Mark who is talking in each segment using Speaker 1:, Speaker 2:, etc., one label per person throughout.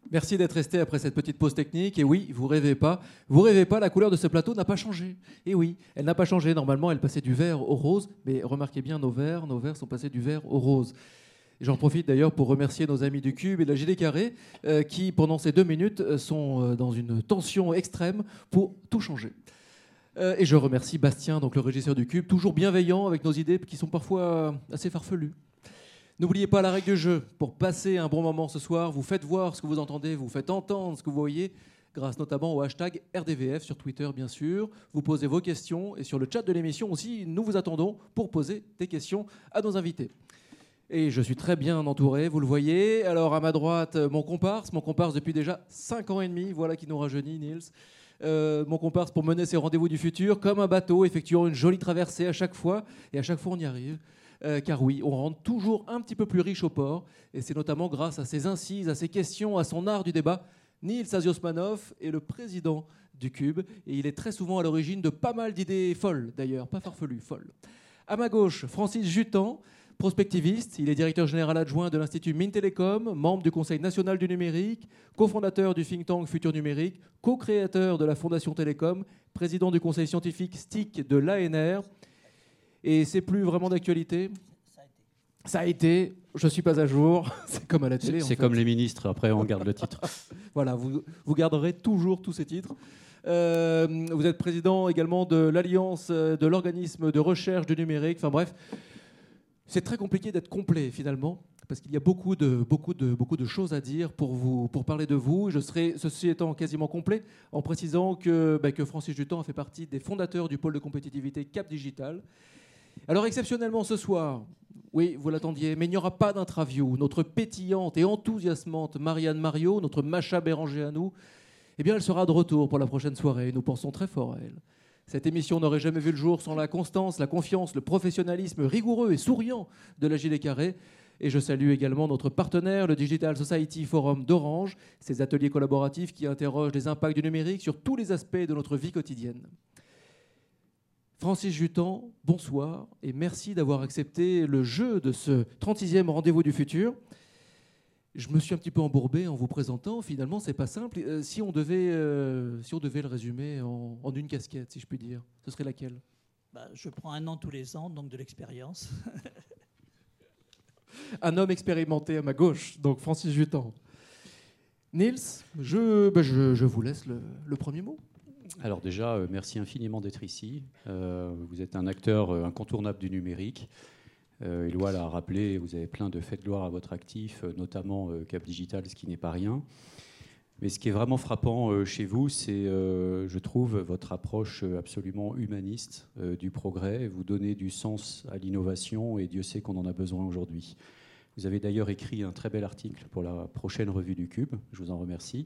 Speaker 1: Merci d'être resté après cette petite pause technique. Et oui, vous rêvez pas, la couleur de ce plateau n'a pas changé. Et oui, elle n'a pas changé. Normalement, elle passait du vert au rose, mais remarquez bien nos verts sont passés du vert au rose. J'en profite d'ailleurs pour remercier nos amis du Cube et de la JD Carré qui, pendant ces 2 minutes, sont dans une tension extrême pour tout changer. Et je remercie Bastien, donc le régisseur du Cube, toujours bienveillant avec nos idées qui sont parfois assez farfelues. N'oubliez pas la règle du jeu. Pour passer un bon moment ce soir, vous faites voir ce que vous entendez, vous faites entendre ce que vous voyez, grâce notamment au hashtag RDVF sur Twitter, bien sûr. Vous posez vos questions et sur le chat de l'émission aussi, nous vous attendons pour poser des questions à nos invités. Et je suis très bien entouré, vous le voyez. Alors à ma droite, mon comparse depuis déjà 5 ans et demi, voilà qui nous rajeunit, Niels. Mon comparse pour mener ses rendez-vous du futur, comme un bateau, effectuant une jolie traversée à chaque fois, et à chaque fois on y arrive. Car oui, on rentre toujours un petit peu plus riche au port, et c'est notamment grâce à ses incises, à ses questions, à son art du débat. Niels Aziosmanov est le président du Cube, et il est très souvent à l'origine de pas mal d'idées folles, d'ailleurs, pas farfelues, folles. À ma gauche, Francis Jutan, prospectiviste, il est directeur général adjoint de l'Institut Mintelecom, membre du Conseil national du numérique, cofondateur du think tank Futur Numérique, co-créateur de la Fondation Télécom, président du conseil scientifique STIC de l'ANR. Et c'est plus vraiment d'actualité. Ça a été, je ne suis pas à jour, c'est comme à la télé.
Speaker 2: C'est comme les ministres, après on garde le titre.
Speaker 1: Voilà, vous garderez toujours tous ces titres. Vous êtes président également de l'Alliance de l'organisme de recherche du numérique. Enfin bref, c'est très compliqué d'être complet finalement, parce qu'il y a beaucoup de choses à dire pour parler de vous. Je serai, ceci étant, quasiment complet en précisant que Francis Jutan fait partie des fondateurs du pôle de compétitivité Cap Digital. Alors exceptionnellement ce soir, oui, vous l'attendiez, mais il n'y aura pas d'interview. Notre pétillante et enthousiasmante Marianne Mario, notre Macha Béranger à nous, eh bien elle sera de retour pour la prochaine soirée. Nous pensons très fort à elle. Cette émission n'aurait jamais vu le jour sans la constance, la confiance, le professionnalisme rigoureux et souriant de la JD Carré. Et je salue également notre partenaire, le Digital Society Forum d'Orange, ces ateliers collaboratifs qui interrogent les impacts du numérique sur tous les aspects de notre vie quotidienne. Francis Jutan, bonsoir et merci d'avoir accepté le jeu de ce 36e rendez-vous du futur. Je me suis un petit peu embourbé en vous présentant. Finalement, c'est pas simple. Si on devait le résumer en une casquette, si je puis dire, ce serait laquelle ?
Speaker 3: Je prends 1 an tous les ans, donc de l'expérience.
Speaker 1: Un homme expérimenté à ma gauche, donc Francis Jutan. Niels, je vous laisse le premier mot.
Speaker 2: Alors déjà, merci infiniment d'être ici. Vous êtes un acteur incontournable du numérique. Éloi l'a rappelé, vous avez plein de faits de gloire à votre actif, notamment Cap Digital, ce qui n'est pas rien. Mais ce qui est vraiment frappant chez vous, c'est, je trouve, votre approche absolument humaniste du progrès. Vous donnez du sens à l'innovation et Dieu sait qu'on en a besoin aujourd'hui. Vous avez d'ailleurs écrit un très bel article pour la prochaine revue du Cube. Je vous en remercie.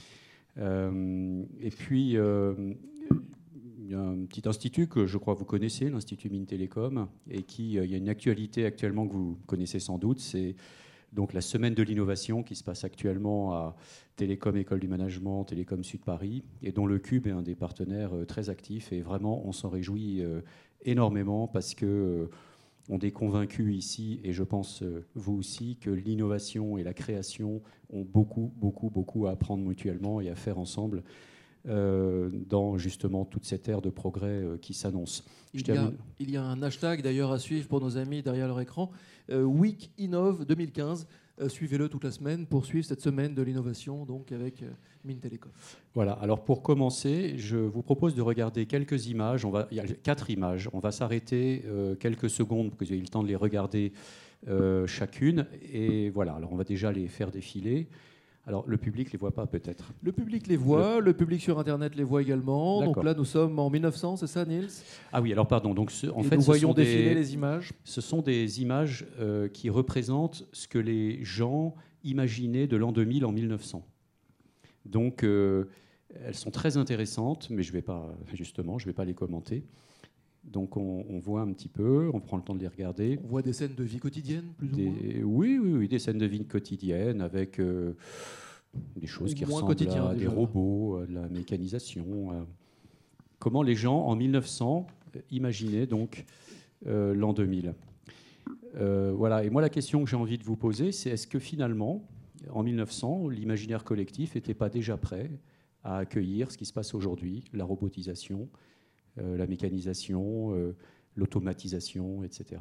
Speaker 2: Et puis, il y a un petit institut que je crois vous connaissez, l'Institut Mintelecom, et il y a une actualité actuellement que vous connaissez sans doute, c'est donc la semaine de l'innovation qui se passe actuellement à Télécom École du Management, Télécom Sud Paris, et dont le Cube est un des partenaires très actifs. Et vraiment, on s'en réjouit énormément parce que on est convaincus ici, et je pense vous aussi, que l'innovation et la création ont beaucoup à apprendre mutuellement et à faire ensemble dans justement toute cette ère de progrès qui s'annonce.
Speaker 1: Il y a un hashtag d'ailleurs à suivre pour nos amis derrière leur écran, Week Innov 2015. Suivez-le toute la semaine pour suivre cette semaine de l'innovation donc avec Mintelecom.
Speaker 2: Voilà, alors pour commencer, je vous propose de regarder quelques images. Il y a 4 images. On va s'arrêter quelques secondes pour que vous ayez le temps de les regarder chacune. Et voilà, alors on va déjà les faire défiler. Alors, le public ne les voit pas, peut-être.
Speaker 1: Le public les voit, le public sur Internet les voit également.
Speaker 2: D'accord.
Speaker 1: Donc là, nous sommes en 1900, c'est ça, Niels ?
Speaker 2: Ah oui, alors pardon. Donc,
Speaker 1: nous voyons défiler les images.
Speaker 2: Ce sont des images qui représentent ce que les gens imaginaient de l'an 2000 en 1900. Donc, elles sont très intéressantes, mais je ne vais pas les commenter. Donc on voit un petit peu, on prend le temps de les regarder.
Speaker 1: On voit des scènes de vie quotidienne, plus ou moins.
Speaker 2: Oui, des scènes de vie quotidienne avec des choses qui ressemblent à des robots, à de la mécanisation. Comment les gens, en 1900, imaginaient donc l'an 2000. Voilà. Et moi, la question que j'ai envie de vous poser, c'est est-ce que finalement, en 1900, l'imaginaire collectif n'était pas déjà prêt à accueillir ce qui se passe aujourd'hui, la robotisation, la mécanisation, l'automatisation, etc.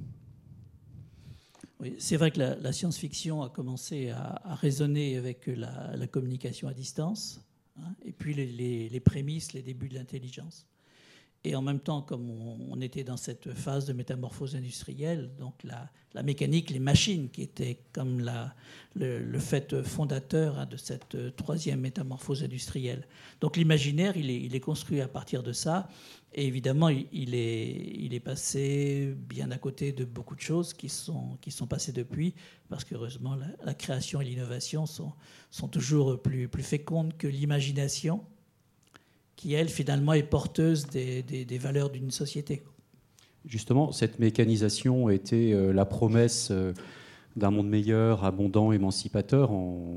Speaker 3: Oui, c'est vrai que la science-fiction a commencé à résonner avec la communication à distance, hein, et puis les prémices, les débuts de l'intelligence. Et en même temps, comme on était dans cette phase de métamorphose industrielle, donc la mécanique, les machines qui étaient comme le fait fondateur, hein, de cette troisième métamorphose industrielle. Donc l'imaginaire, il est construit à partir de ça. Et évidemment, il est passé bien à côté de beaucoup de choses qui sont passées depuis, parce qu'heureusement, la création et l'innovation sont toujours plus fécondes que l'imagination, qui, elle, finalement, est porteuse des valeurs d'une société.
Speaker 2: Justement, cette mécanisation était la promesse d'un monde meilleur, abondant, émancipateur.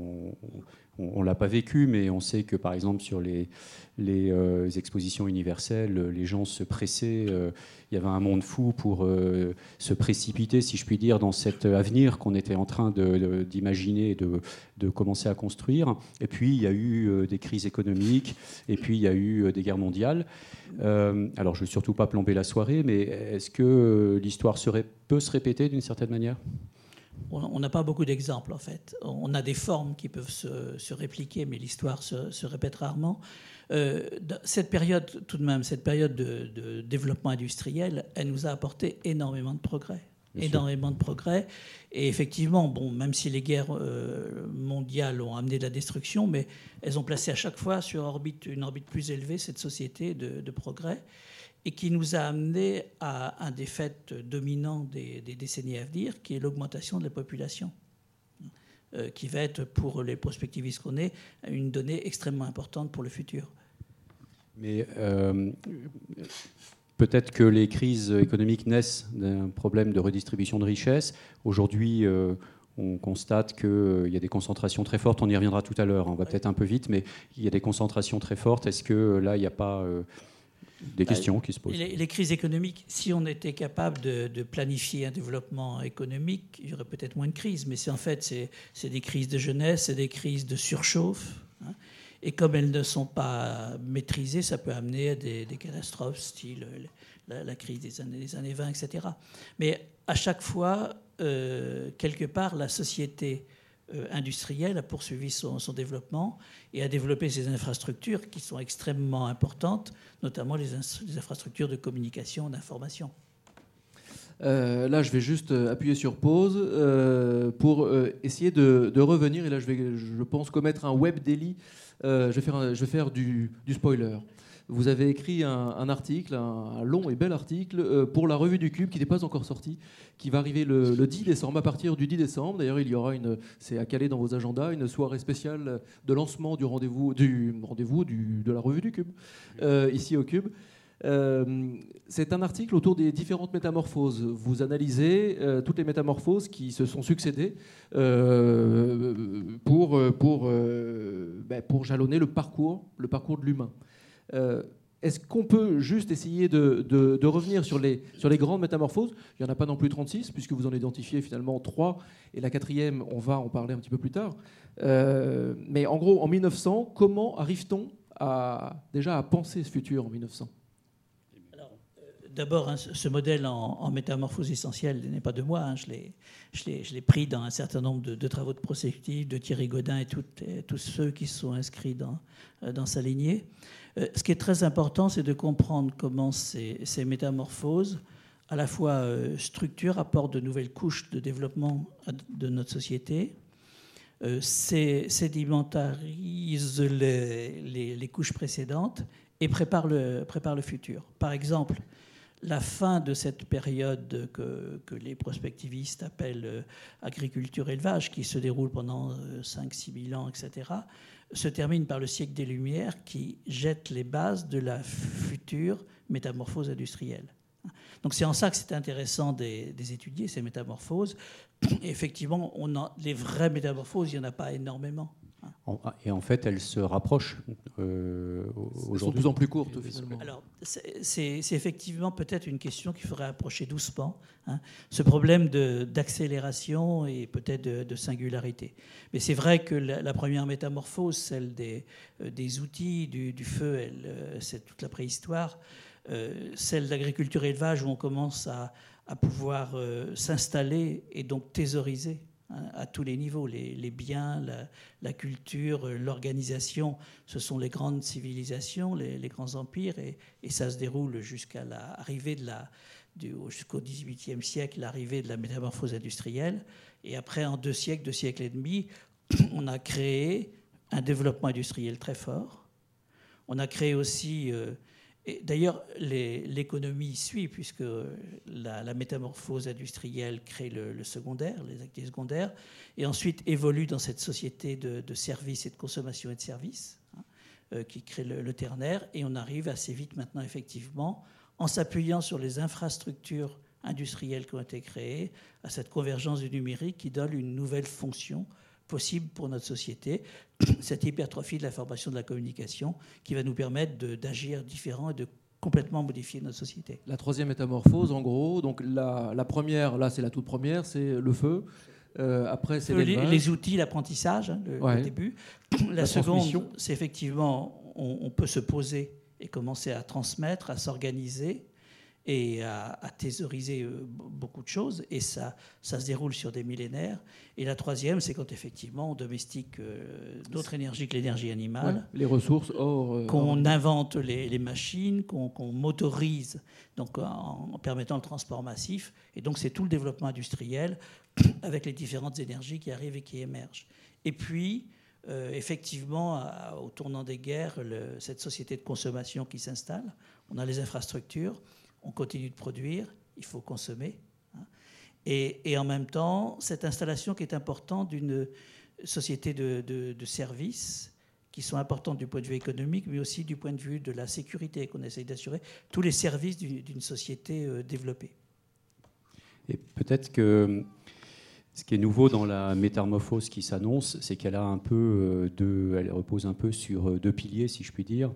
Speaker 2: On ne l'a pas vécu, mais on sait que, par exemple, sur les expositions universelles, les gens se pressaient. Il y avait un monde fou pour se précipiter, si je puis dire, dans cet avenir qu'on était en train d'imaginer et de commencer à construire. Et puis, il y a eu des crises économiques, et puis il y a eu des guerres mondiales. Alors, je ne veux surtout pas plomber la soirée, mais est-ce que l'histoire peut se répéter d'une certaine manière ?
Speaker 3: On n'a pas beaucoup d'exemples, en fait. On a des formes qui peuvent se répliquer, mais l'histoire se répète rarement. Cette période, tout de même, cette période de développement industriel, elle nous a apporté énormément de progrès. Énormément de progrès. Et effectivement, bon, même si les guerres mondiales ont amené de la destruction, mais elles ont placé à chaque fois sur une orbite plus élevée cette société de progrès, et qui nous a amené à un des faits dominants des décennies à venir, qui est l'augmentation de la population, qui va être, pour les prospectivistes qu'on est, une donnée extrêmement importante pour le futur.
Speaker 2: Mais peut-être que les crises économiques naissent d'un problème de redistribution de richesses. Aujourd'hui, on constate qu'il y a des concentrations très fortes. On y reviendra tout à l'heure. On va peut-être un peu vite, mais il y a des concentrations très fortes. Est-ce que là, il n'y a pas des questions qui se posent?
Speaker 3: Les crises économiques, si on était capable de planifier un développement économique, il y aurait peut-être moins de crises. Mais en fait, c'est des crises de jeunesse, c'est des crises de surchauffe. Hein. Et comme elles ne sont pas maîtrisées, ça peut amener à des catastrophes, style la crise des années 20, etc. Mais à chaque fois, quelque part, la société industrielle a poursuivi son développement et a développé ses infrastructures qui sont extrêmement importantes, notamment les infrastructures de communication, d'information.
Speaker 1: Là, je vais juste appuyer sur pause pour essayer de revenir. Et là, je pense, commettre un web délit. Je vais faire du spoiler. Vous avez écrit un article, un long et bel article pour la Revue du Cube qui n'est pas encore sorti, qui va arriver le 10 décembre. À partir du 10 décembre, d'ailleurs, il y aura c'est à caler dans vos agendas, une soirée spéciale de lancement du rendez-vous de la Revue du Cube, ici au Cube. C'est un article autour des différentes métamorphoses. Vous analysez toutes les métamorphoses qui se sont succédées pour jalonner le parcours de l'humain. Est-ce qu'on peut juste essayer de revenir sur les grandes métamorphoses? Il n'y en a pas non plus 36, puisque vous en identifiez finalement 3, et la 4e, on va en parler un petit peu plus tard. Mais en gros, en 1900, comment arrive-t-on déjà à penser ce futur en 1900?
Speaker 3: D'abord, hein, ce modèle en métamorphose essentielle n'est pas de moi. Hein, je l'ai pris dans un certain nombre de travaux de prospective de Thierry Gaudin et tous ceux qui sont inscrits dans sa lignée. Ce qui est très important, c'est de comprendre comment ces métamorphoses, à la fois structurent, apportent de nouvelles couches de développement de notre société, sédimentarisent les couches précédentes et préparent le futur. Par exemple, la fin de cette période que les prospectivistes appellent agriculture-élevage, qui se déroule pendant 5-6 000 ans, etc., se termine par le siècle des Lumières qui jette les bases de la future métamorphose industrielle. Donc c'est en ça que c'est intéressant d'étudier ces métamorphoses. Et effectivement, les vraies métamorphoses, il n'y en a pas énormément.
Speaker 2: Et en fait, elle se rapproche
Speaker 1: Elles sont de
Speaker 2: aujourd'hui.
Speaker 1: plus en plus courtes, finalement.
Speaker 3: Alors, c'est effectivement peut-être une question qu'il faudrait approcher doucement, hein, ce problème d'accélération et peut-être de singularité. Mais c'est vrai que la première métamorphose, celle des outils, du feu, c'est toute la préhistoire. Celle d'agriculture et élevage, où on commence à pouvoir s'installer et donc thésauriser, hein, à tous les niveaux, les biens, la culture, l'organisation, ce sont les grandes civilisations, les grands empires, et ça se déroule jusqu'à l'arrivée jusqu'au XVIIIe siècle, l'arrivée de la métamorphose industrielle. Et après, en 2 siècles et demi, on a créé un développement industriel très fort. On a créé aussi... et d'ailleurs, l'économie suit, puisque la métamorphose industrielle crée le secondaire, les activités secondaires, et ensuite évolue dans cette société de services et de consommation et de services, hein, qui crée le ternaire. Et on arrive assez vite maintenant, effectivement, en s'appuyant sur les infrastructures industrielles qui ont été créées, à cette convergence du numérique qui donne une nouvelle fonction possible pour notre société, cette hypertrophie de l'information, de la communication, qui va nous permettre d'agir différent et de complètement modifier notre société.
Speaker 1: La troisième métamorphose, en gros, donc la première, là c'est la toute première, c'est le feu. Après c'est l'élevage.
Speaker 3: Les outils, l'apprentissage, hein, le début. La seconde, c'est effectivement, on peut se poser et commencer à transmettre, à s'organiser et à thésauriser beaucoup de choses, et ça se déroule sur des millénaires. Et la troisième, c'est quand effectivement on domestique d'autres énergies que l'énergie animale,
Speaker 1: ouais, les ressources
Speaker 3: qu'on invente les machines, qu'on motorise, donc en permettant le transport massif. Et donc c'est tout le développement industriel avec les différentes énergies qui arrivent et qui émergent. Et puis effectivement, au tournant des guerres, cette société de consommation qui s'installe, on a les infrastructures. On continue de produire, il faut consommer. Hein. Et en même temps, cette installation qui est importante d'une société de services qui sont importantes du point de vue économique, mais aussi du point de vue de la sécurité qu'on essaye d'assurer, tous les services d'une société développée.
Speaker 2: Et peut-être que ce qui est nouveau dans la métamorphose qui s'annonce, c'est qu'elle a un peu elle repose un peu sur 2 piliers, si je puis dire.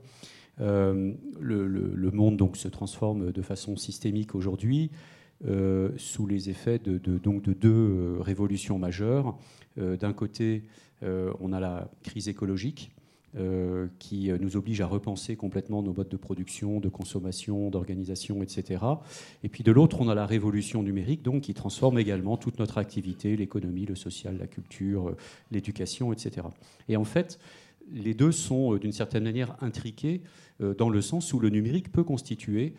Speaker 2: Le monde donc se transforme de façon systémique aujourd'hui sous les effets de 2 révolutions majeures. D'un côté, on a la crise écologique qui nous oblige à repenser complètement nos modes de production, de consommation, d'organisation, etc. Et puis de l'autre, on a la révolution numérique donc, qui transforme également toute notre activité, l'économie, le social, la culture, l'éducation, etc. Et en fait, les 2 sont d'une certaine manière intriqués dans le sens où le numérique peut constituer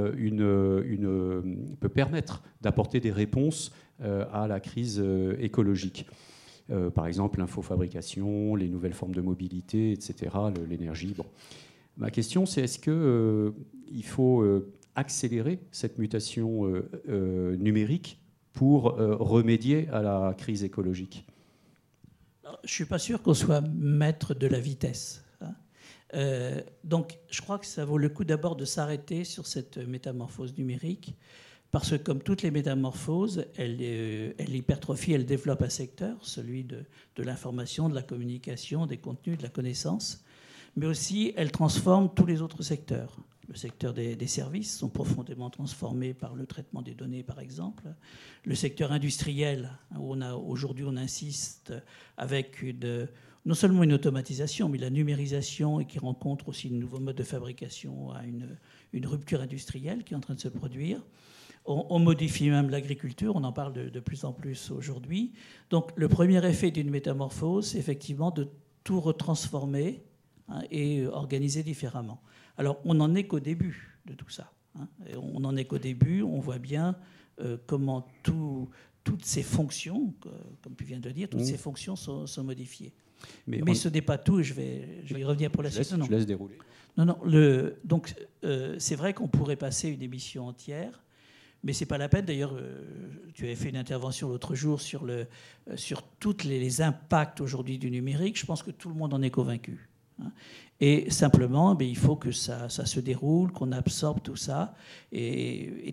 Speaker 2: peut permettre d'apporter des réponses à la crise écologique. Par exemple, l'infofabrication, les nouvelles formes de mobilité, etc., l'énergie. Bon. Ma question, c'est est-ce qu'il faut accélérer cette mutation numérique pour remédier à la crise écologique ?
Speaker 3: Je ne suis pas sûr qu'on soit maître de la vitesse. Donc, je crois que ça vaut le coup d'abord de s'arrêter sur cette métamorphose numérique, parce que comme toutes les métamorphoses, elle hypertrophie, elle développe un secteur, celui de l'information, de la communication, des contenus, de la connaissance, mais aussi elle transforme tous les autres secteurs. Le secteur des services sont profondément transformés par le traitement des données, par exemple. Le secteur industriel, où aujourd'hui on insiste avec non seulement une automatisation, mais la numérisation, et qui rencontre aussi de nouveaux modes de fabrication, à une rupture industrielle qui est en train de se produire. On modifie même l'agriculture, on en parle de plus en plus aujourd'hui. Donc le premier effet d'une métamorphose, c'est effectivement de tout retransformer, hein, et organiser différemment. Alors, on n'en est qu'au début de tout ça. Hein. Et on n'en est qu'au début. On voit bien comment toutes ces fonctions, comme tu viens de le dire, toutes ces fonctions sont modifiées. Mais ce n'est pas tout. Je vais y revenir pour la suite.
Speaker 2: Je laisse dérouler.
Speaker 3: Non. Donc, c'est vrai qu'on pourrait passer une émission entière, mais ce n'est pas la peine. D'ailleurs, tu avais fait une intervention l'autre jour sur tous les impacts aujourd'hui du numérique. Je pense que tout le monde en est convaincu. Et simplement, il faut que ça se déroule, qu'on absorbe tout ça. Et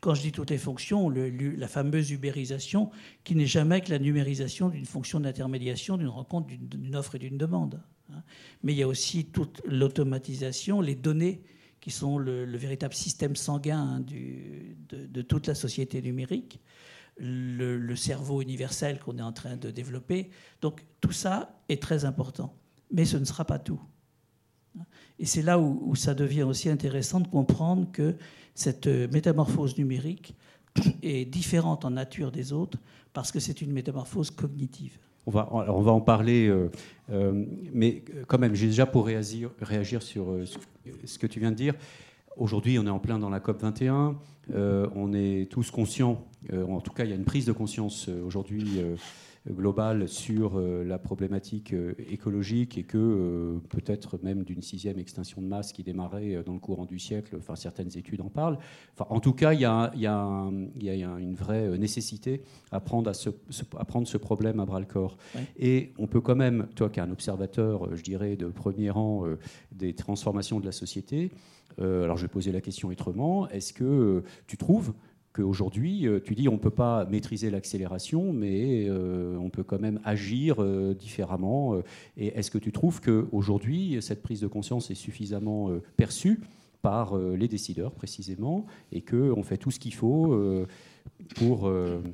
Speaker 3: quand je dis toutes les fonctions, la fameuse ubérisation, qui n'est jamais que la numérisation d'une fonction d'intermédiation, d'une rencontre, d'une offre et d'une demande. Mais il y a aussi toute l'automatisation, les données qui sont le véritable système sanguin de toute la société numérique, le cerveau universel qu'on est en train de développer. Donc tout ça est très important. Mais ce ne sera pas tout. Et c'est là où ça devient aussi intéressant de comprendre que cette métamorphose numérique est différente en nature des autres parce que c'est une métamorphose cognitive.
Speaker 2: On va en parler, mais quand même, j'ai déjà pour réagir sur ce que tu viens de dire. Aujourd'hui, on est en plein dans la COP21. On est tous conscients, en tout cas, il y a une prise de conscience aujourd'hui globale sur la problématique écologique et que peut-être même d'une 6e extinction de masse qui démarrait dans le courant du siècle. Enfin, certaines études en parlent. Enfin, en tout cas, il y a une vraie nécessité à prendre ce problème à bras-le-corps. Ouais. Et on peut quand même, toi qui es un observateur, je dirais, de premier rang des transformations de la société, alors je vais poser la question autrement, est-ce que tu trouves qu'aujourd'hui, tu dis on ne peut pas maîtriser l'accélération, mais on peut quand même agir différemment. Et est-ce que tu trouves qu'aujourd'hui, cette prise de conscience est suffisamment perçue par les décideurs, précisément, et qu'on fait tout ce qu'il faut pour...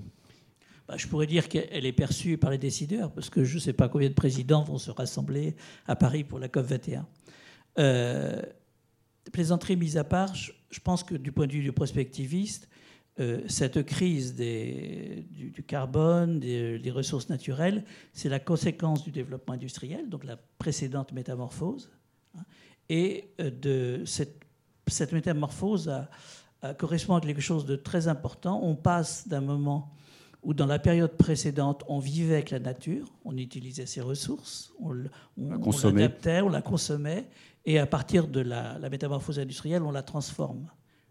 Speaker 3: Je pourrais dire qu'elle est perçue par les décideurs, parce que je ne sais pas combien de présidents vont se rassembler à Paris pour la COP21. Plaisanterie mise à part, je pense que du point de vue du prospectiviste, cette crise du carbone, des ressources naturelles, c'est la conséquence du développement industriel, donc la précédente métamorphose. Et cette métamorphose correspond à quelque chose de très important. On passe d'un moment où, dans la période précédente, on vivait avec la nature, on utilisait ses ressources, on l'adaptait, on la consommait, et à partir de la métamorphose industrielle, on la transforme.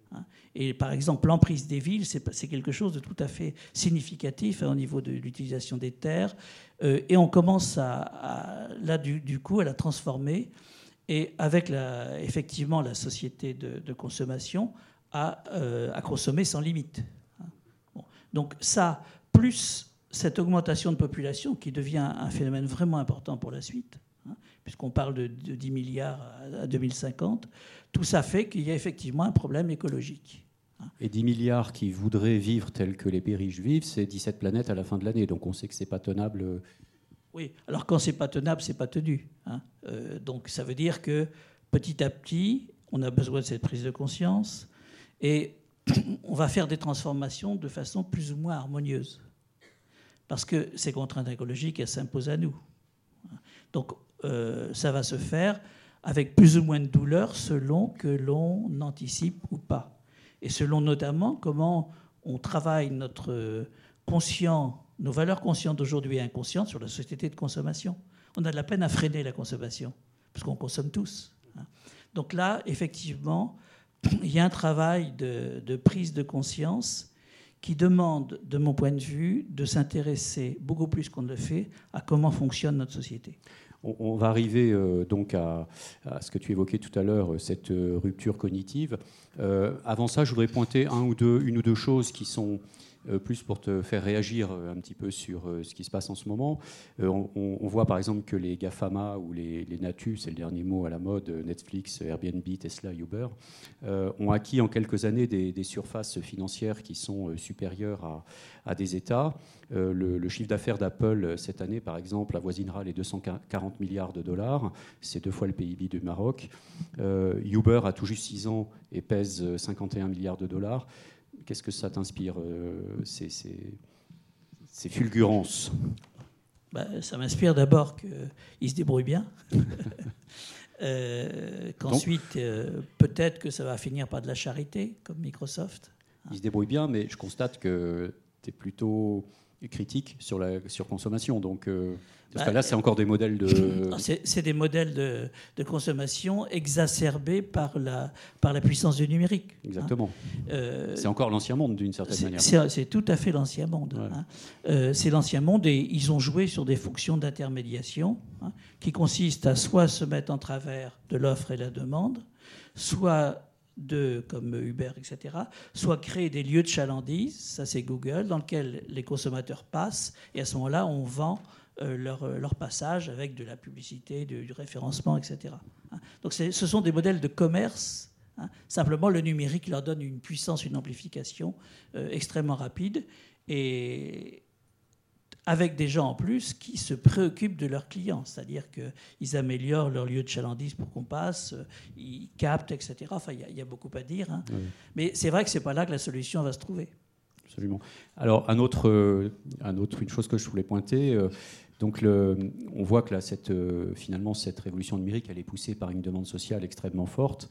Speaker 3: Et par exemple, l'emprise des villes, c'est quelque chose de tout à fait significatif au niveau de l'utilisation des terres. Et on commence là, du coup, à la transformer. Et avec effectivement la société de consommation, à consommer sans limite. Bon. Donc ça, plus cette augmentation de population qui devient un phénomène vraiment important pour la suite, puisqu'on parle de 10 milliards à 2050, tout ça fait qu'il y a effectivement un problème écologique.
Speaker 2: Et 10 milliards qui voudraient vivre tel que les pays riches vivent, c'est 17 planètes à la fin de l'année. Donc on sait que ce n'est pas tenable.
Speaker 3: Oui, alors quand ce n'est pas tenable, ce n'est pas tenu. Donc ça veut dire que petit à petit, on a besoin de cette prise de conscience et on va faire des transformations de façon plus ou moins harmonieuse. Parce que ces contraintes écologiques, elles s'imposent à nous. Donc ça va se faire avec plus ou moins de douleur selon que l'on anticipe ou pas. Et selon notamment comment on travaille notre nos valeurs conscientes d'aujourd'hui et inconscientes sur la société de consommation. On a de la peine à freiner la consommation, parce qu'on consomme tous. Donc là, effectivement, il y a un travail de prise de conscience qui demande, de mon point de vue, de s'intéresser beaucoup plus qu'on ne le fait à comment fonctionne notre société.
Speaker 2: On va arriver donc à ce que tu évoquais tout à l'heure, cette rupture cognitive. Avant ça, je voudrais pointer une ou deux choses qui sont plus pour te faire réagir un petit peu sur ce qui se passe en ce moment. On voit par exemple que les GAFAMA ou les Natu, c'est le dernier mot à la mode, Netflix, Airbnb, Tesla, Uber, ont acquis en quelques années des surfaces financières qui sont supérieures à des États. Le chiffre d'affaires d'Apple cette année, par exemple, avoisinera les 240 milliards de dollars. C'est 2 fois le PIB du Maroc. Uber a tout juste 6 ans et pèse 51 milliards de dollars. Qu'est-ce que ça t'inspire, ces fulgurances ?
Speaker 3: Ça m'inspire d'abord qu'ils se débrouillent bien. Qu'ensuite, peut-être que ça va finir par de la charité, comme Microsoft.
Speaker 2: Ils se débrouillent bien, mais je constate que tu es plutôt critique sur la surconsommation. Donc, parce que là, c'est encore des modèles de...
Speaker 3: C'est des modèles de consommation exacerbés par la puissance du numérique.
Speaker 2: Exactement. C'est encore l'ancien monde, d'une certaine manière.
Speaker 3: C'est tout à fait l'ancien monde. Ouais. C'est l'ancien monde et ils ont joué sur des fonctions d'intermédiation qui consistent à soit se mettre en travers de l'offre et la demande, soit comme Uber, etc., soit créer des lieux de chalandise, ça c'est Google, dans lesquels les consommateurs passent, et à ce moment-là, on vend leur passage avec de la publicité, du référencement, etc. Donc ce sont des modèles de commerce. Simplement, le numérique leur donne une puissance, une amplification extrêmement rapide, et avec des gens en plus qui se préoccupent de leurs clients, c'est-à-dire qu'ils améliorent leur lieu de chalandise pour qu'on passe, ils captent, etc. Enfin, il y a beaucoup à dire. Oui. Mais c'est vrai que ce n'est pas là que la solution va se trouver.
Speaker 2: Absolument. Alors, une chose que je voulais pointer, donc on voit que là, finalement, cette révolution numérique, elle est poussée par une demande sociale extrêmement forte.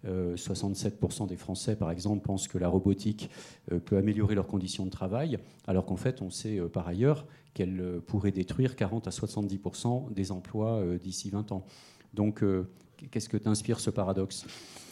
Speaker 2: 67% des Français, par exemple, pensent que la robotique peut améliorer leurs conditions de travail, alors qu'en fait, on sait par ailleurs qu'elle pourrait détruire 40 à 70% des emplois d'ici 20 ans. Donc, qu'est-ce que t'inspire ce paradoxe ?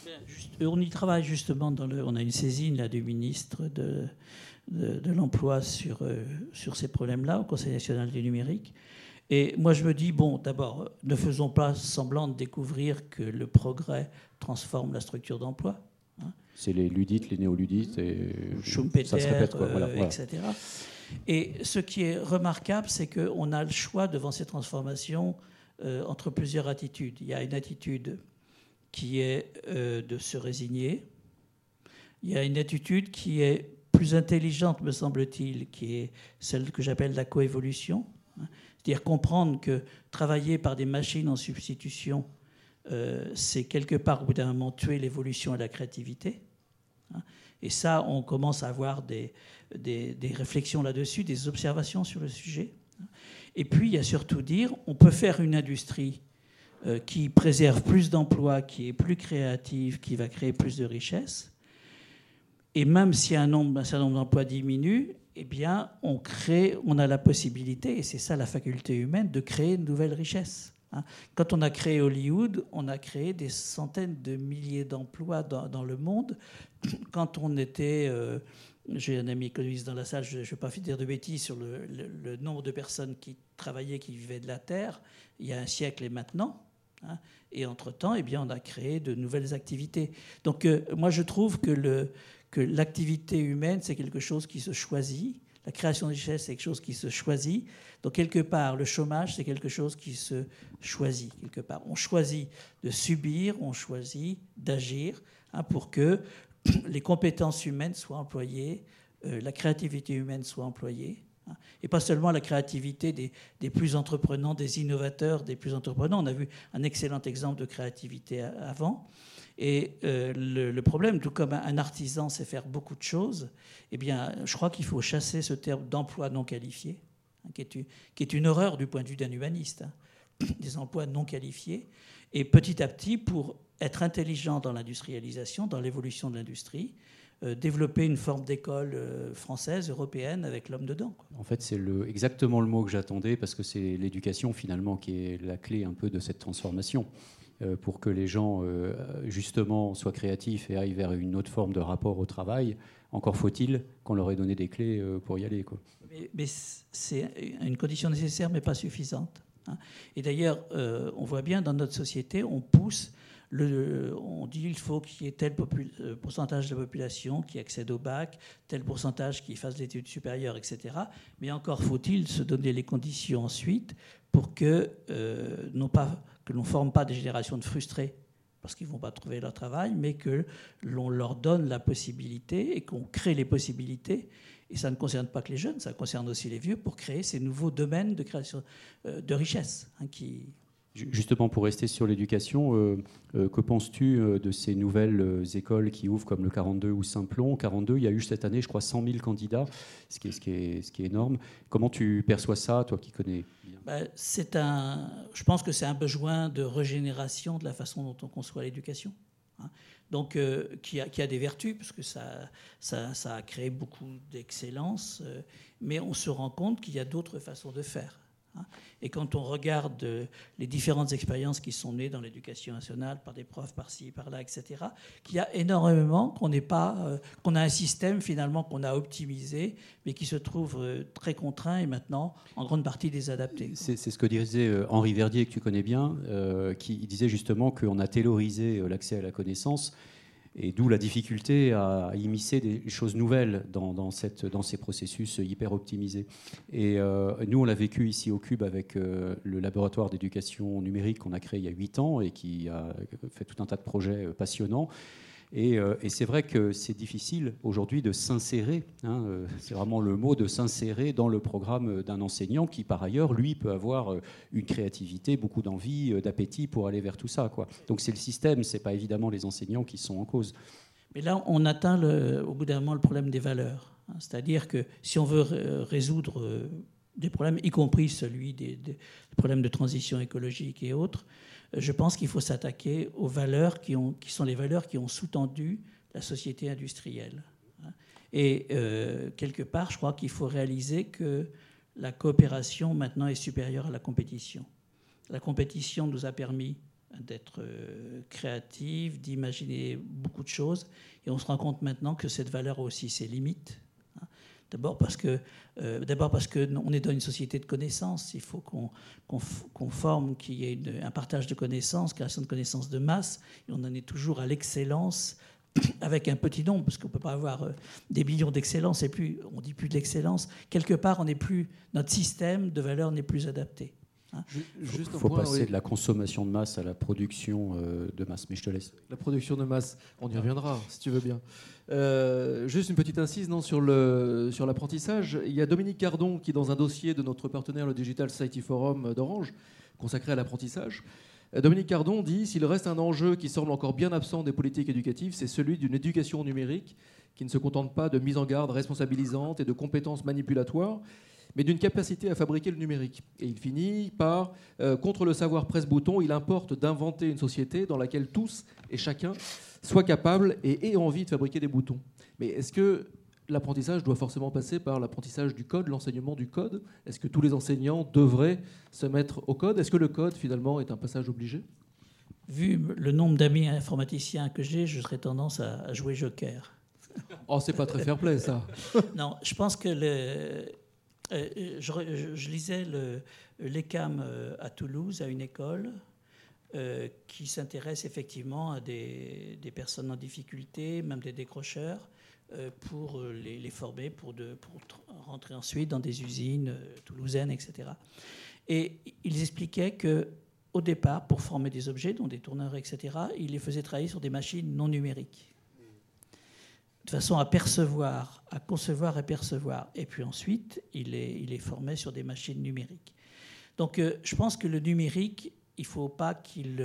Speaker 3: On y travaille justement, on a une saisine là, du ministre de l'Emploi sur ces problèmes-là au Conseil national du numérique. Et moi, je me dis, bon, d'abord, ne faisons pas semblant de découvrir que le progrès transforme la structure d'emploi.
Speaker 2: C'est les ludites, les néoludites, et
Speaker 3: Schumpeter,
Speaker 2: ça se répète, quoi. Voilà.
Speaker 3: etc. Et ce qui est remarquable, c'est qu'on a le choix devant ces transformations entre plusieurs attitudes. Il y a une attitude qui est de se résigner. Il y a une attitude qui est plus intelligente, me semble-t-il, qui est celle que j'appelle la coévolution. C'est-à-dire comprendre que travailler par des machines en substitution, c'est quelque part, au bout d'un moment, tuer l'évolution et la créativité. Et ça, on commence à avoir des réflexions là-dessus, des observations sur le sujet. Et puis, il y a surtout dire, on peut faire une industrie qui préserve plus d'emplois, qui est plus créative, qui va créer plus de richesses. Et même si un certain nombre d'emplois diminue, eh bien, on a la possibilité, et c'est ça la faculté humaine, de créer de nouvelles richesses. Quand on a créé Hollywood, on a créé des centaines de milliers d'emplois dans le monde. Quand on était... j'ai un ami économiste dans la salle, je ne vais pas dire de bêtises sur le nombre de personnes qui travaillaient, qui vivaient de la terre, il y a un siècle et maintenant. Et entre-temps, eh bien, on a créé de nouvelles activités. Donc moi, je trouve que l'activité humaine, c'est quelque chose qui se choisit. La création de richesse, c'est quelque chose qui se choisit. Donc, quelque part, le chômage, c'est quelque chose qui se choisit. Quelque part, on choisit de subir, on choisit d'agir pour que les compétences humaines soient employées, la créativité humaine soit employée. Et pas seulement la créativité des plus entreprenants, des innovateurs, des plus entreprenants. On a vu un excellent exemple de créativité avant. Et le problème, tout comme un artisan sait faire beaucoup de choses, eh bien, je crois qu'il faut chasser ce terme d'emploi non qualifié, qui est une horreur du point de vue d'un humaniste, des emplois non qualifiés. Et petit à petit, pour être intelligent dans l'industrialisation, dans l'évolution de l'industrie, développer une forme d'école française, européenne, avec l'homme dedans.
Speaker 2: En fait, c'est exactement le mot que j'attendais, parce que c'est l'éducation, finalement, qui est la clé un peu de cette transformation. Pour que les gens, justement, soient créatifs et aillent vers une autre forme de rapport au travail, encore faut-il qu'on leur ait donné des clés pour y aller, quoi.
Speaker 3: Mais c'est une condition nécessaire, mais pas suffisante. Et d'ailleurs, on voit bien dans notre société, on pousse, on dit qu'il faut qu'il y ait tel pourcentage de la population qui accède au bac, tel pourcentage qui fasse des études supérieures, etc. Mais encore faut-il se donner les conditions ensuite pour que, non pas que l'on ne forme pas des générations de frustrés parce qu'ils ne vont pas trouver leur travail, mais que l'on leur donne la possibilité et qu'on crée les possibilités. Et ça ne concerne pas que les jeunes, ça concerne aussi les vieux, pour créer ces nouveaux domaines de création de richesse.
Speaker 2: Justement, pour rester sur l'éducation, que penses-tu de ces nouvelles écoles qui ouvrent comme le 42 ou Saint-Plon ? 42, il y a eu cette année, je crois, 100 000 candidats, ce qui est énorme. Comment tu perçois ça, toi qui connais bien ?
Speaker 3: Je pense que c'est un besoin de régénération de la façon dont on conçoit l'éducation. Donc, qui a des vertus, parce que ça a créé beaucoup d'excellence, mais on se rend compte qu'il y a d'autres façons de faire. Et quand on regarde les différentes expériences qui sont nées dans l'éducation nationale par des profs par-ci, par-là, etc., qu'il y a énormément, qu'on a un système finalement qu'on a optimisé, mais qui se trouve très contraint et maintenant en grande partie désadapté.
Speaker 2: C'est ce que disait Henri Verdier, que tu connais bien, qui disait justement qu'on a taylorisé l'accès à la connaissance. Et d'où la difficulté à immiscer des choses nouvelles dans ces processus hyper optimisés. Et nous, on l'a vécu ici au Cube avec le laboratoire d'éducation numérique qu'on a créé il y a 8 ans et qui a fait tout un tas de projets passionnants. Et c'est vrai que c'est difficile aujourd'hui de s'insérer, c'est vraiment le mot, de s'insérer dans le programme d'un enseignant qui, par ailleurs, lui, peut avoir une créativité, beaucoup d'envie, d'appétit pour aller vers tout ça, quoi. Donc c'est le système, c'est pas évidemment les enseignants qui sont en cause.
Speaker 3: Mais là, on atteint au bout d'un moment le problème des valeurs. C'est-à-dire que si on veut résoudre des problèmes, y compris celui des problèmes de transition écologique et autres, je pense qu'il faut s'attaquer aux valeurs qui sont les valeurs qui ont sous-tendu la société industrielle. Et quelque part, je crois qu'il faut réaliser que la coopération maintenant est supérieure à la compétition. La compétition nous a permis d'être créatifs, d'imaginer beaucoup de choses, et on se rend compte maintenant que cette valeur a aussi ses limites. D'abord parce que on est dans une société de connaissances. Il faut qu'on forme, qu'il y ait un partage de connaissances, création de connaissances de masse. Et on en est toujours à l'excellence avec un petit nombre, parce qu'on ne peut pas avoir des millions d'excellence. On ne dit plus de l'excellence. Quelque part, notre système de valeurs n'est plus adapté.
Speaker 2: Il faut passer de la consommation de masse à la production de masse, mais je te laisse.
Speaker 1: La production de masse, on y reviendra, si tu veux bien. Juste une petite incise sur l'apprentissage. Il y a Dominique Cardon qui, dans un dossier de notre partenaire, le Digital Society Forum d'Orange, consacré à l'apprentissage, Dominique Cardon dit « S'il reste un enjeu qui semble encore bien absent des politiques éducatives, c'est celui d'une éducation numérique qui ne se contente pas de mise en garde responsabilisante et de compétences manipulatoires, mais d'une capacité à fabriquer le numérique. » Et il finit par contre le savoir presse-bouton, il importe d'inventer une société dans laquelle tous et chacun soient capables et aient envie de fabriquer des boutons. Mais est-ce que l'apprentissage doit forcément passer par l'apprentissage du code, l'enseignement du code? Est-ce que tous les enseignants devraient se mettre au code? Est-ce que le code, finalement, est un passage obligé?
Speaker 3: Vu le nombre d'amis informaticiens que j'ai, je serais tendance à jouer joker.
Speaker 1: Oh, c'est pas très fair-play, ça.
Speaker 3: Non, je pense que je lisais l'ECAM à Toulouse, à une école qui s'intéresse effectivement à des personnes en difficulté, même des décrocheurs, pour les former, pour rentrer ensuite dans des usines toulousaines, etc. Et ils expliquaient qu'au départ, pour former des objets, dont des tourneurs, etc., ils les faisaient travailler sur des machines non numériques, de façon à percevoir, à concevoir et percevoir. Et puis ensuite, il les formait sur des machines numériques. Donc je pense que le numérique, il ne faut pas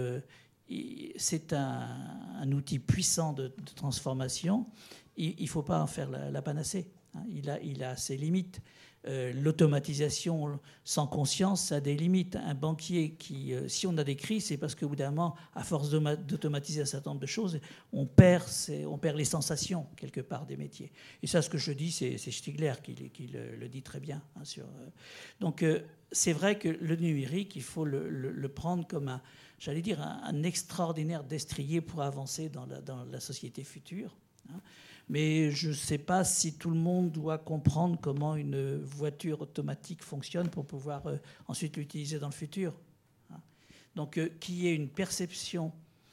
Speaker 3: c'est un outil puissant de transformation. Il ne faut pas en faire la panacée. Il a ses limites. L'automatisation sans conscience, ça a des limites. Un banquier si on a des crises, c'est parce qu'au bout d'un moment, à force d'automatiser un certain nombre de choses, on perd les sensations, quelque part, des métiers. Et ça, ce que je dis, c'est Stigler qui le dit très bien. Donc, c'est vrai que le numérique, il faut le prendre comme un extraordinaire destrier pour avancer dans la société future. Mais je ne sais pas si tout le monde doit comprendre comment une voiture automatique fonctionne pour pouvoir ensuite l'utiliser dans le futur. Donc, qu'il y ait une perception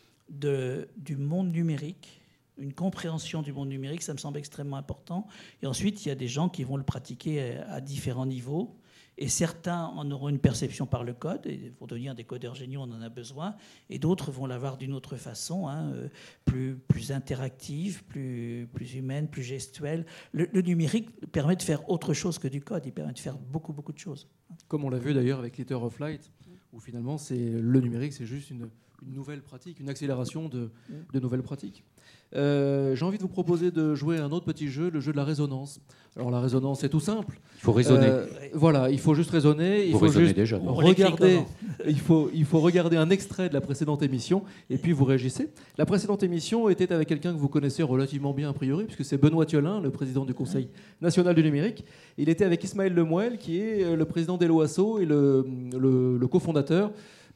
Speaker 3: du monde numérique, une compréhension du monde numérique, ça me semble extrêmement important. Et ensuite, il y a des gens qui vont le pratiquer à différents niveaux. Et certains en auront une perception par le code, et pour devenir des codeurs géniaux, on en a besoin, et d'autres vont l'avoir d'une autre façon, plus interactive, plus humaine, plus gestuelle. Le numérique permet de faire autre chose que du code, il permet de faire beaucoup, beaucoup de choses.
Speaker 1: Comme on l'a vu d'ailleurs avec Letter of Light, où finalement le numérique, c'est juste une nouvelle pratique, une accélération de nouvelles pratiques. J'ai envie de vous proposer de jouer à un autre petit jeu, le jeu de la résonance. Alors la résonance, c'est tout simple.
Speaker 2: Il faut raisonner.
Speaker 1: Voilà, il faut juste raisonner.
Speaker 2: Vous raisonnez déjà.
Speaker 1: Regarder. Il faut regarder un extrait de la précédente émission et puis vous réagissez. La précédente émission était avec quelqu'un que vous connaissez relativement bien a priori, puisque c'est Benoît Thiolin, le président du Conseil national du numérique. Il était avec Ismaël Lemouel, qui est le président d'Helloasso et le cofondateur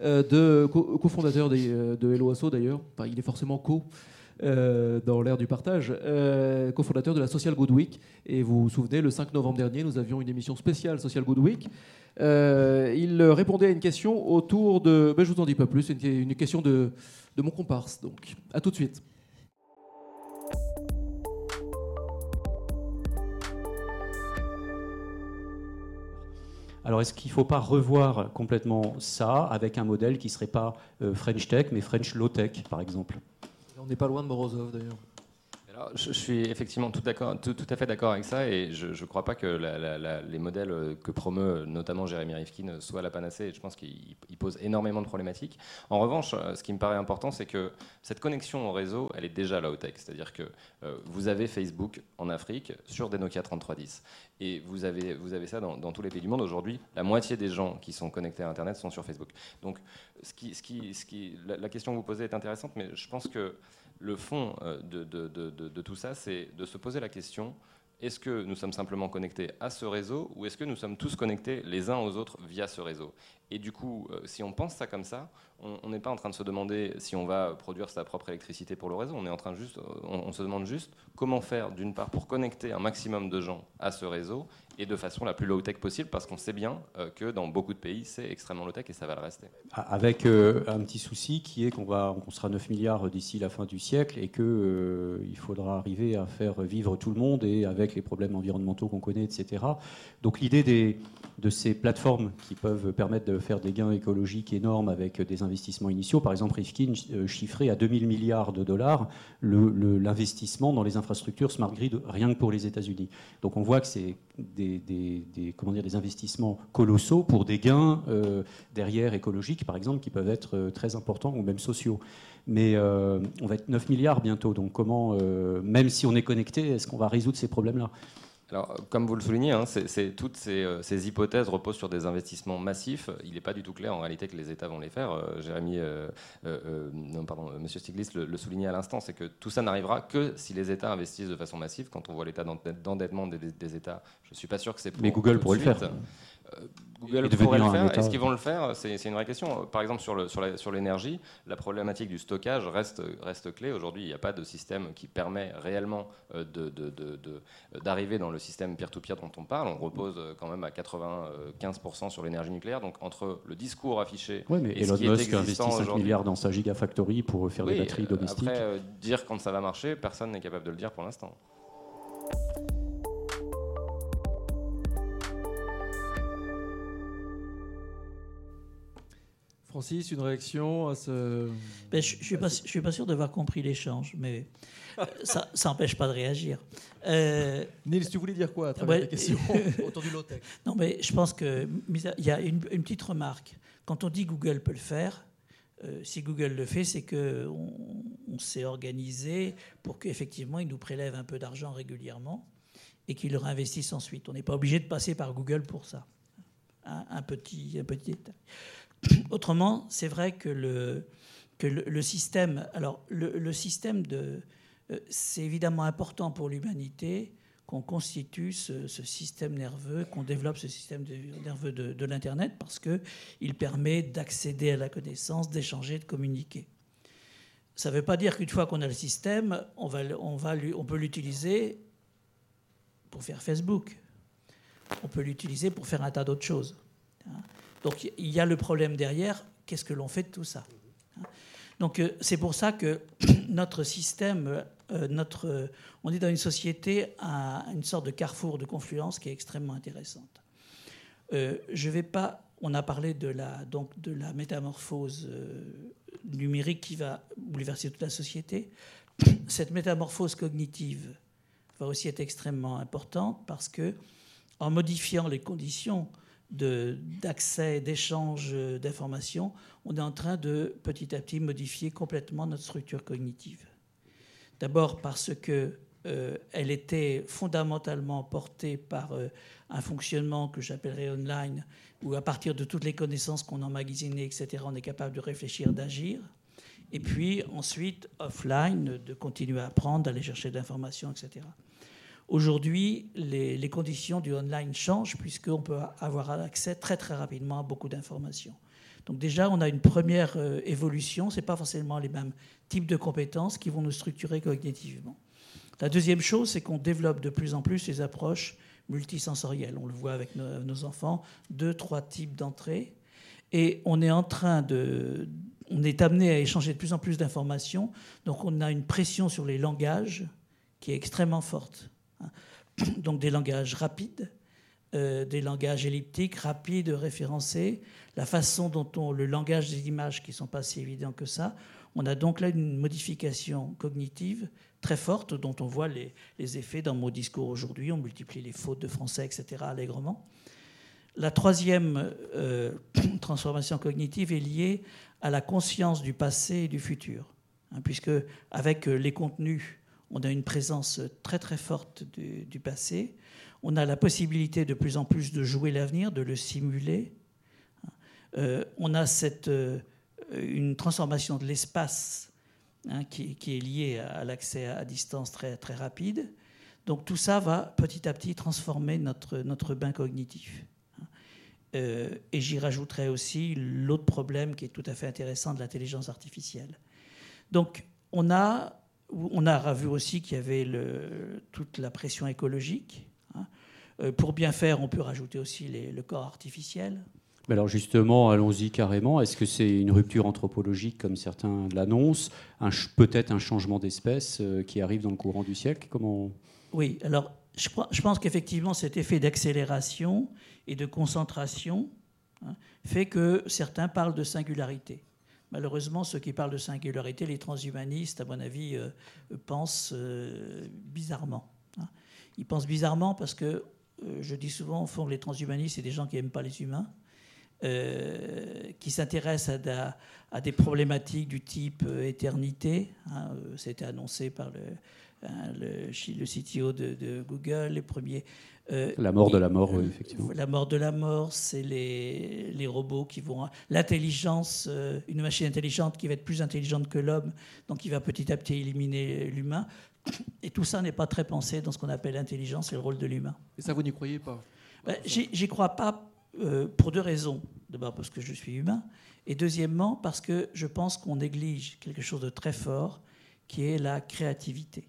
Speaker 1: de Helloasso d'ailleurs. Enfin, il est forcément dans l'ère du partage, cofondateur de la Social Good Week. Et vous vous souvenez, le 5 novembre dernier, nous avions une émission spéciale Social Good Week. Il répondait à une question autour de... je ne vous en dis pas plus, c'est une question de mon comparse. Donc, à tout de suite.
Speaker 2: Alors, est-ce qu'il ne faut pas revoir complètement ça avec un modèle qui ne serait pas French Tech, mais French Low Tech, par exemple?
Speaker 1: On n'est pas loin de Morozov, d'ailleurs.
Speaker 4: Alors, je suis effectivement tout à fait d'accord avec ça, et je ne crois pas que les modèles que promeut notamment Jérémy Rifkin soient la panacée, et je pense qu'ils posent énormément de problématiques. En revanche, ce qui me paraît important, c'est que cette connexion au réseau, elle est déjà low-tech, c'est-à-dire que vous avez Facebook en Afrique sur des Nokia 3310, et vous avez ça dans tous les pays du monde. Aujourd'hui, la moitié des gens qui sont connectés à Internet sont sur Facebook. Donc, la question que vous posez est intéressante, mais je pense que le fond de tout ça, c'est de se poser la question, est-ce que nous sommes simplement connectés à ce réseau, ou est-ce que nous sommes tous connectés les uns aux autres via ce réseau? Et du coup, si on pense ça comme ça, on n'est pas en train de se demander si on va produire sa propre électricité pour le réseau, on se demande juste comment faire, d'une part, pour connecter un maximum de gens à ce réseau, et de façon la plus low-tech possible, parce qu'on sait bien que dans beaucoup de pays, c'est extrêmement low-tech et ça va le rester.
Speaker 2: Avec un petit souci qui est qu'on sera 9 milliards d'ici la fin du siècle, et qu'il faudra arriver à faire vivre tout le monde, et avec les problèmes environnementaux qu'on connaît, etc. Donc l'idée de ces plateformes qui peuvent permettre de faire des gains écologiques énormes avec des investissements initiaux, par exemple Rifkin chiffrait à 2000 milliards de dollars l'investissement dans les infrastructures smart grid rien que pour les États-Unis. Donc on voit que c'est des investissements colossaux pour des gains derrière écologiques, par exemple, qui peuvent être très importants, ou même sociaux. Mais on va être 9 milliards bientôt, donc comment, même si on est connecté, est-ce qu'on va résoudre ces problèmes-là ?
Speaker 4: Alors, comme vous le soulignez, toutes ces hypothèses reposent sur des investissements massifs. Il n'est pas du tout clair en réalité que les États vont les faire. Monsieur Stiglitz le soulignait à l'instant, c'est que tout ça n'arrivera que si les États investissent de façon massive. Quand on voit l'état d'endettement des États, je ne suis pas sûr que c'est pour.
Speaker 2: Mais Google pourrait le faire.
Speaker 4: Google pourrait le faire. Est-ce qu'ils vont le faire? C'est une vraie question. Par exemple, sur l'énergie, la problématique du stockage reste clé. Aujourd'hui, il n'y a pas de système qui permet réellement d'arriver dans le système peer-to-peer dont on parle. On repose quand même à 95% sur l'énergie nucléaire. Donc, entre le discours affiché et ce qui est existant aujourd'hui... Elon Musk investit 5
Speaker 2: milliards dans sa Gigafactory pour faire des batteries domestiques.
Speaker 4: Après, dire quand ça va marcher, personne n'est capable de le dire pour l'instant.
Speaker 1: Francis, une réaction à ce...
Speaker 3: Je ne suis pas sûr d'avoir compris l'échange, mais ça n'empêche pas de réagir.
Speaker 1: Nils, tu voulais dire quoi à travers les questions autour du low-tech?
Speaker 3: Non, mais je pense qu'il y a une petite remarque. Quand on dit Google peut le faire, si Google le fait, c'est qu'on s'est organisé pour qu'effectivement, il nous prélève un peu d'argent régulièrement et qu'il le réinvestisse ensuite. On n'est pas obligé de passer par Google pour ça. Un petit détail. Autrement, c'est vrai que le système... Alors, le système c'est évidemment important pour l'humanité qu'on constitue ce système nerveux, qu'on développe ce système nerveux de l'Internet, parce qu'il permet d'accéder à la connaissance, d'échanger, de communiquer. Ça ne veut pas dire qu'une fois qu'on a le système, on peut l'utiliser pour faire Facebook. On peut l'utiliser pour faire un tas d'autres choses. Donc il y a le problème derrière, qu'est-ce que l'on fait de tout ça? Donc c'est pour ça que notre système, on est dans une société à une sorte de carrefour, de confluence qui est extrêmement intéressante. On a parlé de la métamorphose numérique qui va bouleverser toute la société. Cette métamorphose cognitive va aussi être extrêmement importante parce que en modifiant les conditions d'accès, d'échange d'informations, on est en train de, petit à petit, modifier complètement notre structure cognitive. D'abord parce qu'elle était fondamentalement portée par un fonctionnement que j'appellerais online, où à partir de toutes les connaissances qu'on emmagasine, etc., on est capable de réfléchir, d'agir. Et puis ensuite, offline, de continuer à apprendre, d'aller chercher de l'information, etc. Aujourd'hui, les conditions du online changent puisqu'on peut avoir accès très très rapidement à beaucoup d'informations. Donc déjà, on a une première évolution. Ce n'est pas forcément les mêmes types de compétences qui vont nous structurer cognitivement. La deuxième chose, c'est qu'on développe de plus en plus les approches multisensorielles. On le voit avec nos enfants, 2-3 types d'entrées. Et on est amené à échanger de plus en plus d'informations. Donc on a une pression sur les langages qui est extrêmement forte. Donc des langages rapides, des langages elliptiques, rapides, référencés, la façon dont le langage des images qui ne sont pas si évidents que ça. On a donc là une modification cognitive très forte dont on voit les effets dans mon discours aujourd'hui. On multiplie les fautes de français, etc., allègrement. La troisième transformation cognitive est liée à la conscience du passé et du futur, puisque avec les contenus, on a une présence très très forte du passé. On a la possibilité de plus en plus de jouer l'avenir, de le simuler. On a une transformation de l'espace qui est liée à l'accès à distance très, très rapide. Donc tout ça va petit à petit transformer notre bain cognitif. Et j'y rajouterai aussi l'autre problème qui est tout à fait intéressant de l'intelligence artificielle. Donc on a vu aussi qu'il y avait toute la pression écologique. Pour bien faire, on peut rajouter aussi le corps artificiel.
Speaker 2: Mais alors justement, allons-y carrément. Est-ce que c'est une rupture anthropologique comme certains l'annoncent, peut-être un changement d'espèce qui arrive dans le courant du siècle? Comment...
Speaker 3: Oui, alors je pense qu'effectivement cet effet d'accélération et de concentration fait que certains parlent de singularité. Malheureusement, ceux qui parlent de singularité, les transhumanistes, à mon avis, pensent bizarrement. Ils pensent bizarrement parce que, je dis souvent, au fond, les transhumanistes, c'est des gens qui n'aiment pas les humains, qui s'intéressent à des problématiques du type éternité. C'était annoncé par le CTO de Google, les premiers.
Speaker 2: La mort de la mort, oui, effectivement.
Speaker 3: La mort de la mort, c'est les robots qui vont... L'intelligence, une machine intelligente qui va être plus intelligente que l'homme, donc qui va petit à petit éliminer l'humain. Et tout ça n'est pas très pensé dans ce qu'on appelle l'intelligence et le rôle de l'humain.
Speaker 1: Et ça, vous n'y croyez pas?
Speaker 3: J'y crois pas pour deux raisons. D'abord parce que je suis humain, et deuxièmement parce que je pense qu'on néglige quelque chose de très fort, qui est la créativité.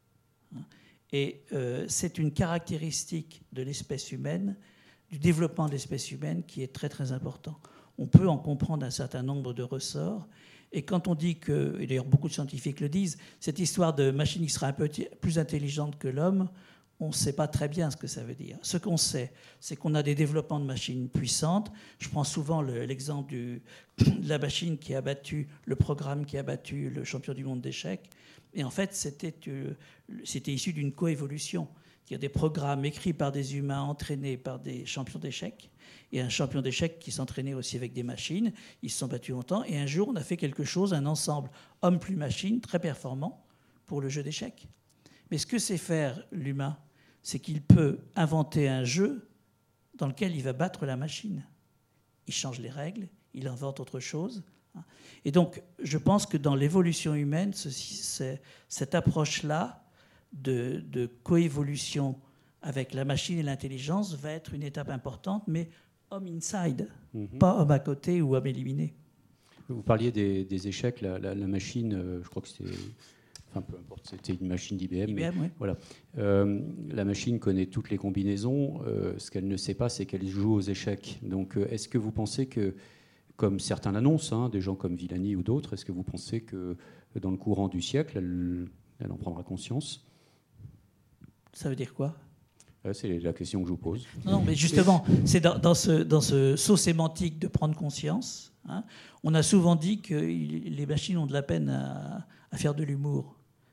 Speaker 3: Et c'est une caractéristique de l'espèce humaine, du développement de l'espèce humaine, qui est très très important. On peut en comprendre un certain nombre de ressorts. Et quand on dit que, et d'ailleurs beaucoup de scientifiques le disent, cette histoire de machine qui sera un peu plus intelligente que l'homme, on ne sait pas très bien ce que ça veut dire. Ce qu'on sait, c'est qu'on a des développements de machines puissantes. Je prends souvent l'exemple de la machine qui a battu, le programme qui a battu le champion du monde d'échecs. Et en fait, c'était issu d'une coévolution. C'est-à-dire des programmes écrits par des humains, entraînés par des champions d'échecs. Et un champion d'échecs qui s'entraînait aussi avec des machines. Ils se sont battus longtemps. Et un jour, on a fait quelque chose, un ensemble homme plus machine, très performant pour le jeu d'échecs. Mais ce que sait faire l'humain, c'est qu'il peut inventer un jeu dans lequel il va battre la machine. Il change les règles, il invente autre chose. Et donc, je pense que dans l'évolution humaine, cette approche-là de coévolution avec la machine et l'intelligence va être une étape importante, mais homme inside, pas homme à côté ou homme éliminé.
Speaker 2: Vous parliez des échecs, la machine, je crois que c'était... Enfin, peu importe, c'était une machine d'IBM.
Speaker 3: IBM, oui.
Speaker 2: Voilà. La machine connaît toutes les combinaisons. Ce qu'elle ne sait pas, c'est qu'elle joue aux échecs. Donc, est-ce que vous pensez que, comme certains l'annoncent, des gens comme Villani ou d'autres, est-ce que vous pensez que dans le courant du siècle, elle en prendra conscience?
Speaker 3: Ça veut dire quoi?
Speaker 2: C'est la question que je vous pose.
Speaker 3: Non, mais justement, c'est dans ce saut sémantique de prendre conscience. On a souvent dit que les machines ont de la peine à faire de l'humour.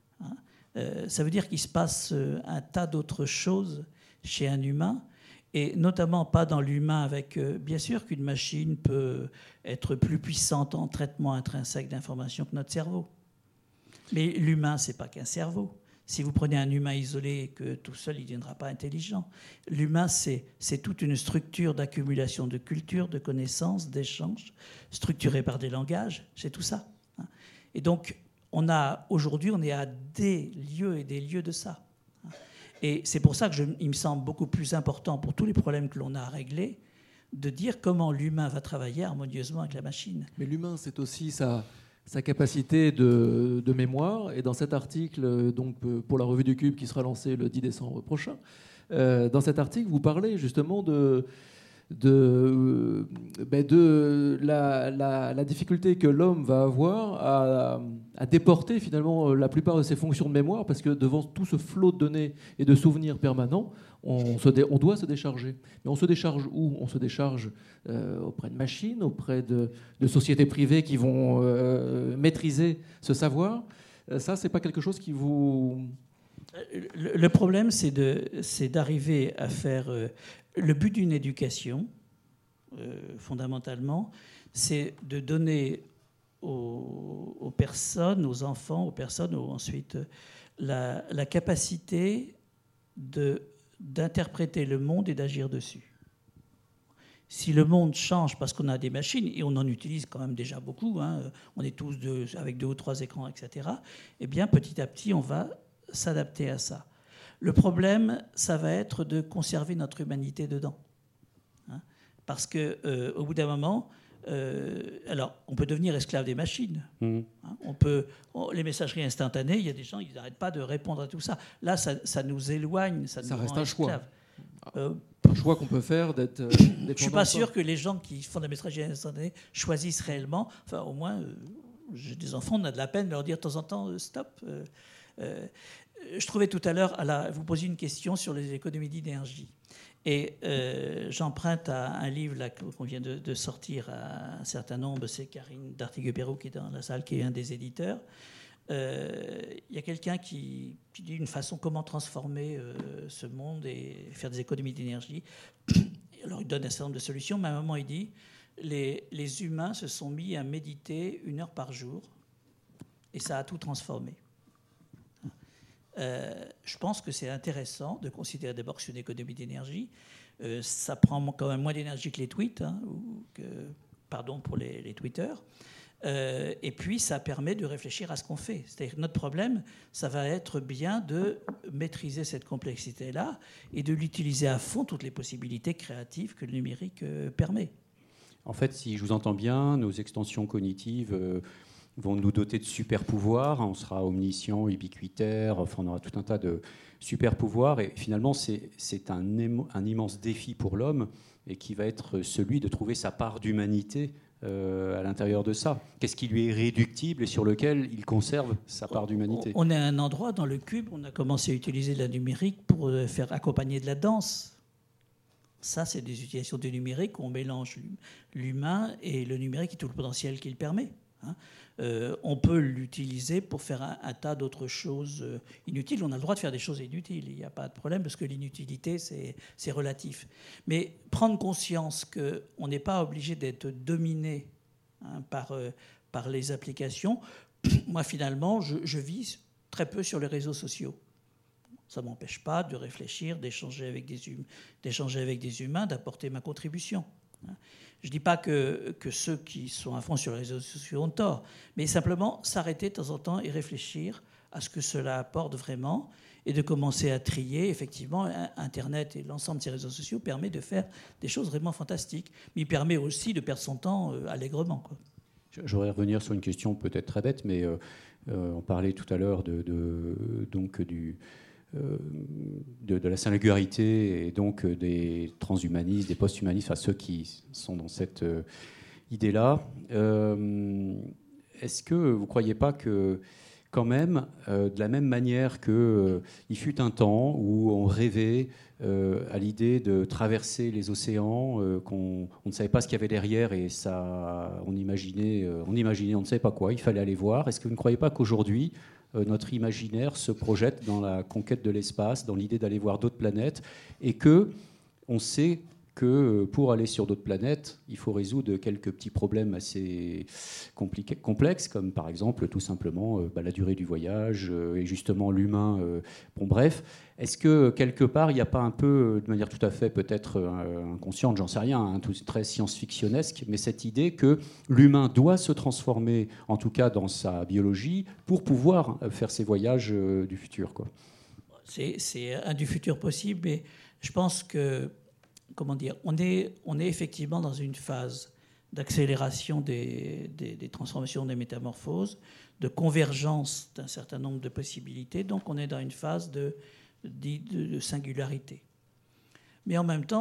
Speaker 3: Ça veut dire qu'il se passe un tas d'autres choses chez un humain, et notamment pas dans l'humain avec... bien sûr qu'une machine peut être plus puissante en traitement intrinsèque d'informations que notre cerveau. Mais l'humain, c'est pas qu'un cerveau. Si vous prenez un humain isolé et que tout seul, il ne deviendra pas intelligent. L'humain, c'est toute une structure d'accumulation de culture, de connaissances, d'échanges, structurée par des langages. C'est tout ça. Et donc, aujourd'hui, on est à des lieux et des lieux de ça. Et c'est pour ça qu'il me semble beaucoup plus important pour tous les problèmes que l'on a à régler de dire comment l'humain va travailler harmonieusement avec la machine.
Speaker 1: Mais l'humain, c'est aussi sa capacité de mémoire. Et dans cet article, donc, pour la Revue du Cube qui sera lancée le 10 décembre prochain, dans cet article, vous parlez justement la difficulté que l'homme va avoir à déporter finalement la plupart de ses fonctions de mémoire, parce que devant tout ce flot de données et de souvenirs permanents, on doit se décharger. Mais on se décharge où? On se décharge auprès de machines, auprès de sociétés privées qui vont maîtriser ce savoir. Ça, c'est pas quelque chose qui vous...
Speaker 3: Le problème, c'est d'arriver à faire... le but d'une éducation, fondamentalement, c'est de donner aux personnes, aux enfants, aux personnes, ensuite, la capacité d'interpréter le monde et d'agir dessus. Si le monde change parce qu'on a des machines, et on en utilise quand même déjà beaucoup, hein, on est tous avec 2 ou 3 écrans, etc., eh bien, petit à petit, on va s'adapter à ça. Le problème, ça va être de conserver notre humanité dedans. Hein, parce qu'au bout d'un moment, alors, on peut devenir esclave des machines. Hein, les messageries instantanées, il y a des gens, ils n'arrêtent pas de répondre à tout ça. Là, ça nous éloigne, ça nous
Speaker 1: reste
Speaker 3: rend
Speaker 1: un
Speaker 3: esclaves.
Speaker 1: Un choix qu'on peut faire d'être...
Speaker 3: je ne suis pas sûr que les gens qui font de la messagerie instantanée choisissent réellement. Enfin, au moins, j'ai des enfants, on a de la peine de leur dire de temps en temps stop. Je trouvais tout à l'heure, vous posiez une question sur les économies d'énergie. Et j'emprunte à un livre là, qu'on vient de sortir à un certain nombre, c'est Karine Dartigues-Perrault qui est dans la salle, qui est un des éditeurs. Il y a quelqu'un qui dit une façon comment transformer ce monde et faire des économies d'énergie. Alors il donne un certain nombre de solutions, mais à un moment il dit les humains se sont mis à méditer 1 heure par jour et ça a tout transformé. Je pense que c'est intéressant de considérer d'abord que c'est une économie d'énergie. Ça prend quand même moins d'énergie que les tweets, hein, pardon pour les tweeters. Et puis, ça permet de réfléchir à ce qu'on fait. C'est-à-dire que notre problème, ça va être bien de maîtriser cette complexité-là et de l'utiliser à fond, toutes les possibilités créatives que le numérique permet.
Speaker 2: En fait, si je vous entends bien, nos extensions cognitives vont nous doter de super pouvoirs. On sera omniscient, ubiquitaire, enfin, on aura tout un tas de super pouvoirs. Et finalement, c'est un immense défi pour l'homme et qui va être celui de trouver sa part d'humanité à l'intérieur de ça. Qu'est-ce qui lui est réductible et sur lequel il conserve sa part d'humanité?
Speaker 3: On est à un endroit dans le cube, on a commencé à utiliser la numérique pour faire accompagner de la danse. Ça, c'est des utilisations du numérique où on mélange l'humain et le numérique et tout le potentiel qu'il permet. Hein. On peut l'utiliser pour faire un tas d'autres choses inutiles. On a le droit de faire des choses inutiles, il n'y a pas de problème, parce que l'inutilité, c'est relatif. Mais prendre conscience qu'on n'est pas obligé d'être dominé par les applications, moi, finalement, je vis très peu sur les réseaux sociaux. Ça ne m'empêche pas de réfléchir, d'échanger avec des humains, d'apporter ma contribution. Je ne dis pas que ceux qui sont à fond sur les réseaux sociaux ont tort, mais simplement s'arrêter de temps en temps et réfléchir à ce que cela apporte vraiment et de commencer à trier. Effectivement, Internet et l'ensemble de ces réseaux sociaux permet de faire des choses vraiment fantastiques, mais il permet aussi de perdre son temps allègrement, quoi.
Speaker 2: J'aurais revenir sur une question peut-être très bête, mais on parlait tout à l'heure de la singularité et donc des transhumanistes, des post-humanistes, enfin ceux qui sont dans cette idée-là. Est-ce que vous ne croyez pas que, quand même, de la même manière qu'il fut un temps où on rêvait à l'idée de traverser les océans, qu'on ne savait pas ce qu'il y avait derrière et ça, on imaginait, on ne savait pas quoi, il fallait aller voir. Est-ce que vous ne croyez pas qu'aujourd'hui, notre imaginaire se projette dans la conquête de l'espace, dans l'idée d'aller voir d'autres planètes, et que on sait que pour aller sur d'autres planètes, il faut résoudre quelques petits problèmes assez complexes, comme par exemple tout simplement la durée du voyage et justement l'humain. Bon, bref, est-ce que quelque part, il n'y a pas un peu, de manière tout à fait peut-être inconsciente, j'en sais rien, hein, tout très science-fictionnesque, mais cette idée que l'humain doit se transformer, en tout cas dans sa biologie, pour pouvoir faire ces voyages du futur, quoi.
Speaker 3: C'est un du futur possible, mais je pense que comment dire, on est effectivement dans une phase d'accélération des transformations, des métamorphoses, de convergence d'un certain nombre de possibilités. Donc on est dans une phase de singularité. Mais en même temps,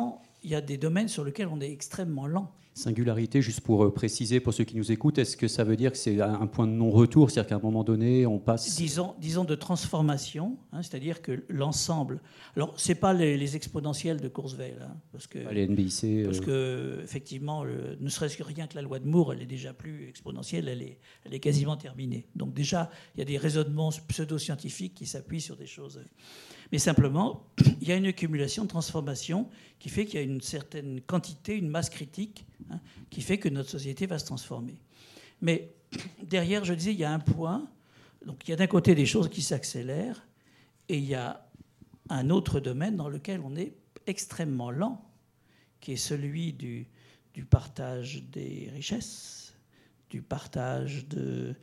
Speaker 3: il y a des domaines sur lesquels on est extrêmement lent.
Speaker 2: Singularité, juste pour préciser pour ceux qui nous écoutent, est-ce que ça veut dire que c'est un point de non-retour, c'est-à-dire qu'à un moment donné, on passe...
Speaker 3: Disons de transformation, c'est-à-dire que l'ensemble... Alors, ce n'est pas les exponentielles de Kurzweil, parce que...
Speaker 2: Les NBIC...
Speaker 3: Parce que, effectivement, ne serait-ce que rien que la loi de Moore, elle est déjà plus exponentielle, elle est quasiment terminée. Donc déjà, il y a des raisonnements pseudo-scientifiques qui s'appuient sur des choses... Mais simplement, il y a une accumulation de transformation qui fait qu'il y a une certaine quantité, une masse critique, qui fait que notre société va se transformer. Mais derrière, je disais, il y a un point. Donc il y a d'un côté des choses qui s'accélèrent et il y a un autre domaine dans lequel on est extrêmement lent, qui est celui du partage des richesses, du partage de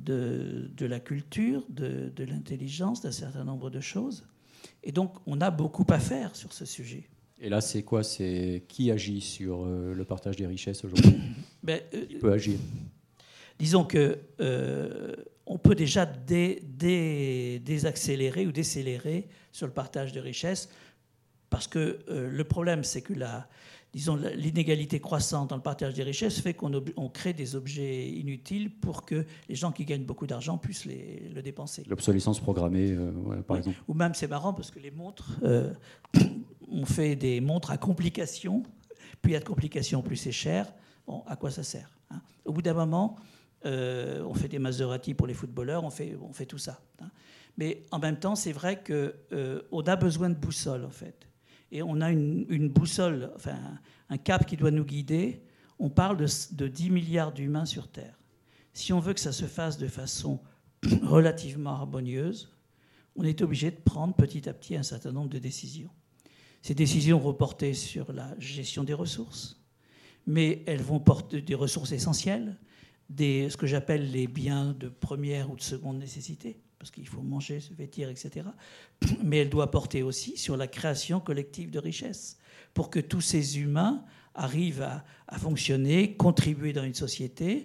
Speaker 3: la culture, de l'intelligence, d'un certain nombre de choses. Et donc, on a beaucoup à faire sur ce sujet.
Speaker 2: Et là, c'est quoi? C'est qui agit sur le partage des richesses aujourd'hui? Qui peut agir?
Speaker 3: Disons que on peut déjà désaccélérer ou décélérer sur le partage de richesses, parce que le problème, c'est que l'inégalité croissante dans le partage des richesses fait qu'on crée des objets inutiles pour que les gens qui gagnent beaucoup d'argent puissent le dépenser.
Speaker 2: L'obsolescence programmée, voilà, par exemple.
Speaker 3: Ou même, c'est marrant, parce que les montres, on fait des montres à complications, plus il y a de complications, plus c'est cher. Bon, à quoi ça sert, hein? Au bout d'un moment, on fait des Maserati pour les footballeurs, on fait tout ça, hein. Mais en même temps, c'est vrai qu'on a besoin de boussole, en fait. Et on a une boussole, enfin un cap qui doit nous guider. On parle de 10 milliards d'humains sur Terre. Si on veut que ça se fasse de façon relativement harmonieuse, on est obligé de prendre petit à petit un certain nombre de décisions. Ces décisions vont porter sur la gestion des ressources, mais elles vont porter des ressources essentielles, ce que j'appelle les biens de première ou de seconde nécessité, parce qu'il faut manger, se vêtir, etc. Mais elle doit porter aussi sur la création collective de richesses, pour que tous ces humains arrivent à fonctionner, contribuer dans une société.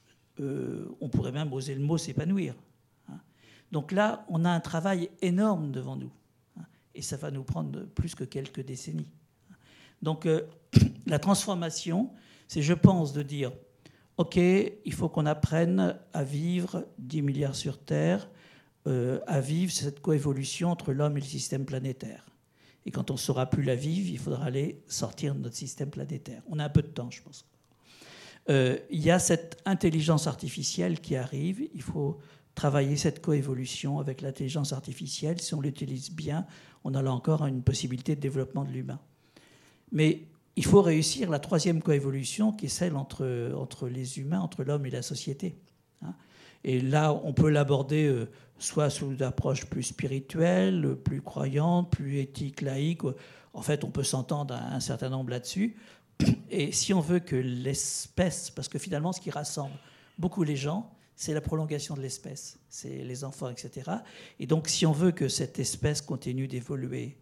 Speaker 3: On pourrait même oser le mot s'épanouir. Donc là, on a un travail énorme devant nous. Et ça va nous prendre plus que quelques décennies. Donc la transformation, c'est, je pense, de dire, OK, il faut qu'on apprenne à vivre 10 milliards sur Terre, à vivre cette coévolution entre l'homme et le système planétaire. Et quand on ne saura plus la vivre, il faudra aller sortir de notre système planétaire. On a un peu de temps, je pense. Il y a cette intelligence artificielle qui arrive. Il faut travailler cette coévolution avec l'intelligence artificielle. Si on l'utilise bien, on a là encore une possibilité de développement de l'humain. Mais il faut réussir la troisième coévolution, qui est celle entre les humains, entre l'homme et la société. Et là, on peut l'aborder soit sous une approche plus spirituelle, plus croyante, plus éthique, laïque. En fait, on peut s'entendre un certain nombre là-dessus. Et si on veut que l'espèce, parce que finalement, ce qui rassemble beaucoup les gens, c'est la prolongation de l'espèce, c'est les enfants, etc. Et donc, si on veut que cette espèce continue d'évoluer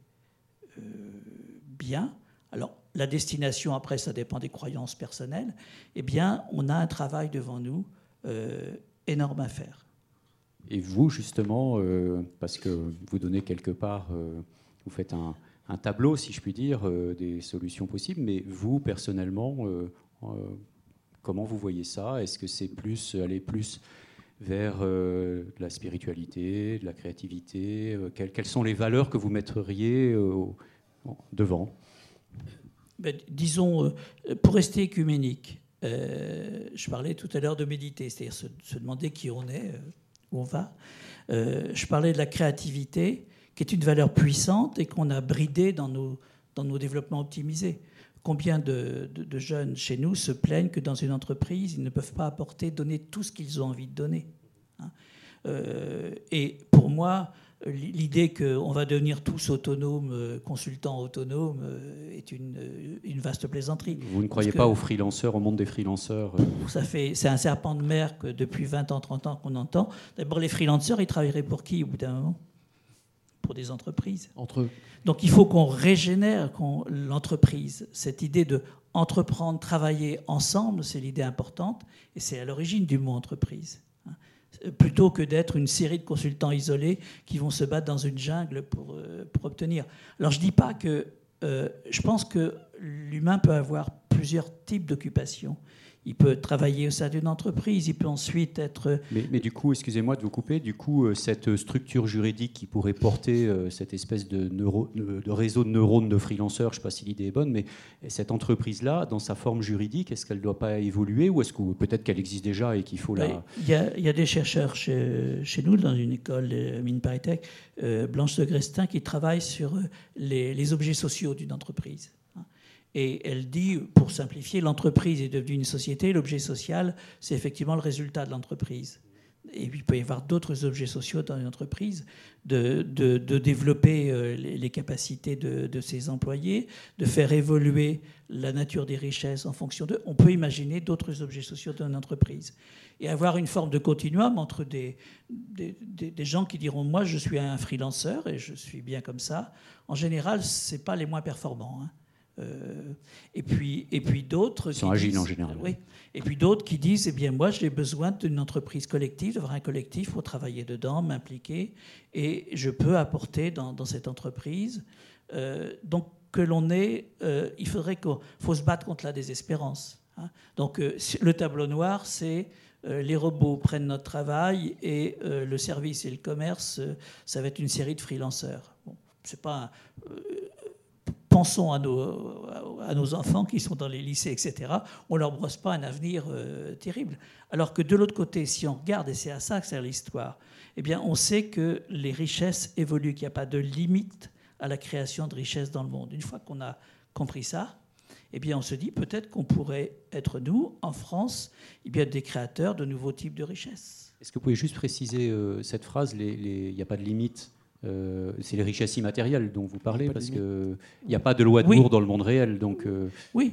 Speaker 3: bien, alors la destination, après, ça dépend des croyances personnelles, eh bien, on a un travail devant nous énorme à faire.
Speaker 2: Et vous, justement, parce que vous donnez quelque part, vous faites un tableau, si je puis dire, des solutions possibles, mais vous, personnellement, comment vous voyez ça? Est-ce que c'est aller plus vers de la spiritualité, de la créativité? Quelles sont les valeurs que vous mettriez devant?
Speaker 3: Disons, pour rester écuménique, je parlais tout à l'heure de méditer, c'est-à-dire se demander qui on est, où on va. Je parlais de la créativité, qui est une valeur puissante et qu'on a bridée dans nos développements optimisés. Combien de jeunes chez nous se plaignent que dans une entreprise, ils ne peuvent pas donner tout ce qu'ils ont envie de donner, hein. Et pour moi, l'idée qu'on va devenir tous autonomes, consultants autonomes, est une vaste plaisanterie.
Speaker 2: Vous ne croyez pas aux freelanceurs, au monde des freelanceurs?
Speaker 3: C'est un serpent de mer que depuis 20 ans, 30 ans qu'on entend. D'abord, les freelanceurs, ils travailleraient pour qui au bout d'un moment? Pour des entreprises.
Speaker 1: Entre eux.
Speaker 3: Donc il faut qu'on régénère l'entreprise. Cette idée de entreprendre, travailler ensemble, c'est l'idée importante, et c'est à l'origine du mot entreprise. Plutôt que d'être une série de consultants isolés qui vont se battre dans une jungle pour obtenir. Alors je ne dis pas que je pense que l'humain peut avoir plusieurs types d'occupations. Il peut travailler au sein d'une entreprise, il peut ensuite être...
Speaker 2: Mais du coup, excusez-moi de vous couper, du coup, cette structure juridique qui pourrait porter cette espèce de réseau de neurones de freelanceurs, je ne sais pas si l'idée est bonne, mais cette entreprise-là, dans sa forme juridique, est-ce qu'elle ne doit pas évoluer ou est-ce que peut-être qu'elle existe déjà et qu'il faut la...
Speaker 3: Il y a des chercheurs chez nous, dans une école, Mines Paris Tech, Blanche de Grestin, qui travaillent sur les objets sociaux d'une entreprise. Et elle dit, pour simplifier, l'entreprise est devenue une société, l'objet social, c'est effectivement le résultat de l'entreprise. Et puis, il peut y avoir d'autres objets sociaux dans une entreprise, de développer les capacités de ses employés, de faire évoluer la nature des richesses en fonction d'eux. On peut imaginer d'autres objets sociaux dans une entreprise. Et avoir une forme de continuum entre des gens qui diront « moi, je suis un freelanceur et je suis bien comme ça ». En général, ce n'est pas les moins performants, hein. Et puis d'autres
Speaker 2: qui sont agiles en général.
Speaker 3: Oui. Et puis d'autres qui disent eh bien moi j'ai besoin d'une entreprise collective, d'avoir un collectif pour travailler dedans, m'impliquer, et je peux apporter dans cette entreprise. Donc que l'on ait, il faut se battre contre la désespérance, hein. Donc le tableau noir, c'est les robots prennent notre travail et le service et le commerce, ça va être une série de freelanceurs. Bon, c'est pas pensons à nos enfants qui sont dans les lycées, etc. On ne leur brosse pas un avenir terrible. Alors que de l'autre côté, si on regarde, et c'est à ça que sert l'histoire, eh bien, on sait que les richesses évoluent, qu'il n'y a pas de limite à la création de richesses dans le monde. Une fois qu'on a compris ça, eh bien, on se dit peut-être qu'on pourrait être, nous, en France, eh bien, des créateurs de nouveaux types de richesses.
Speaker 2: Est-ce que vous pouvez juste préciser cette phrase, il n'y a pas de limite? C'est les richesses immatérielles dont vous parlez, parce qu'il n'y a pas de loi de Moore dans le monde réel. Donc,
Speaker 3: Oui.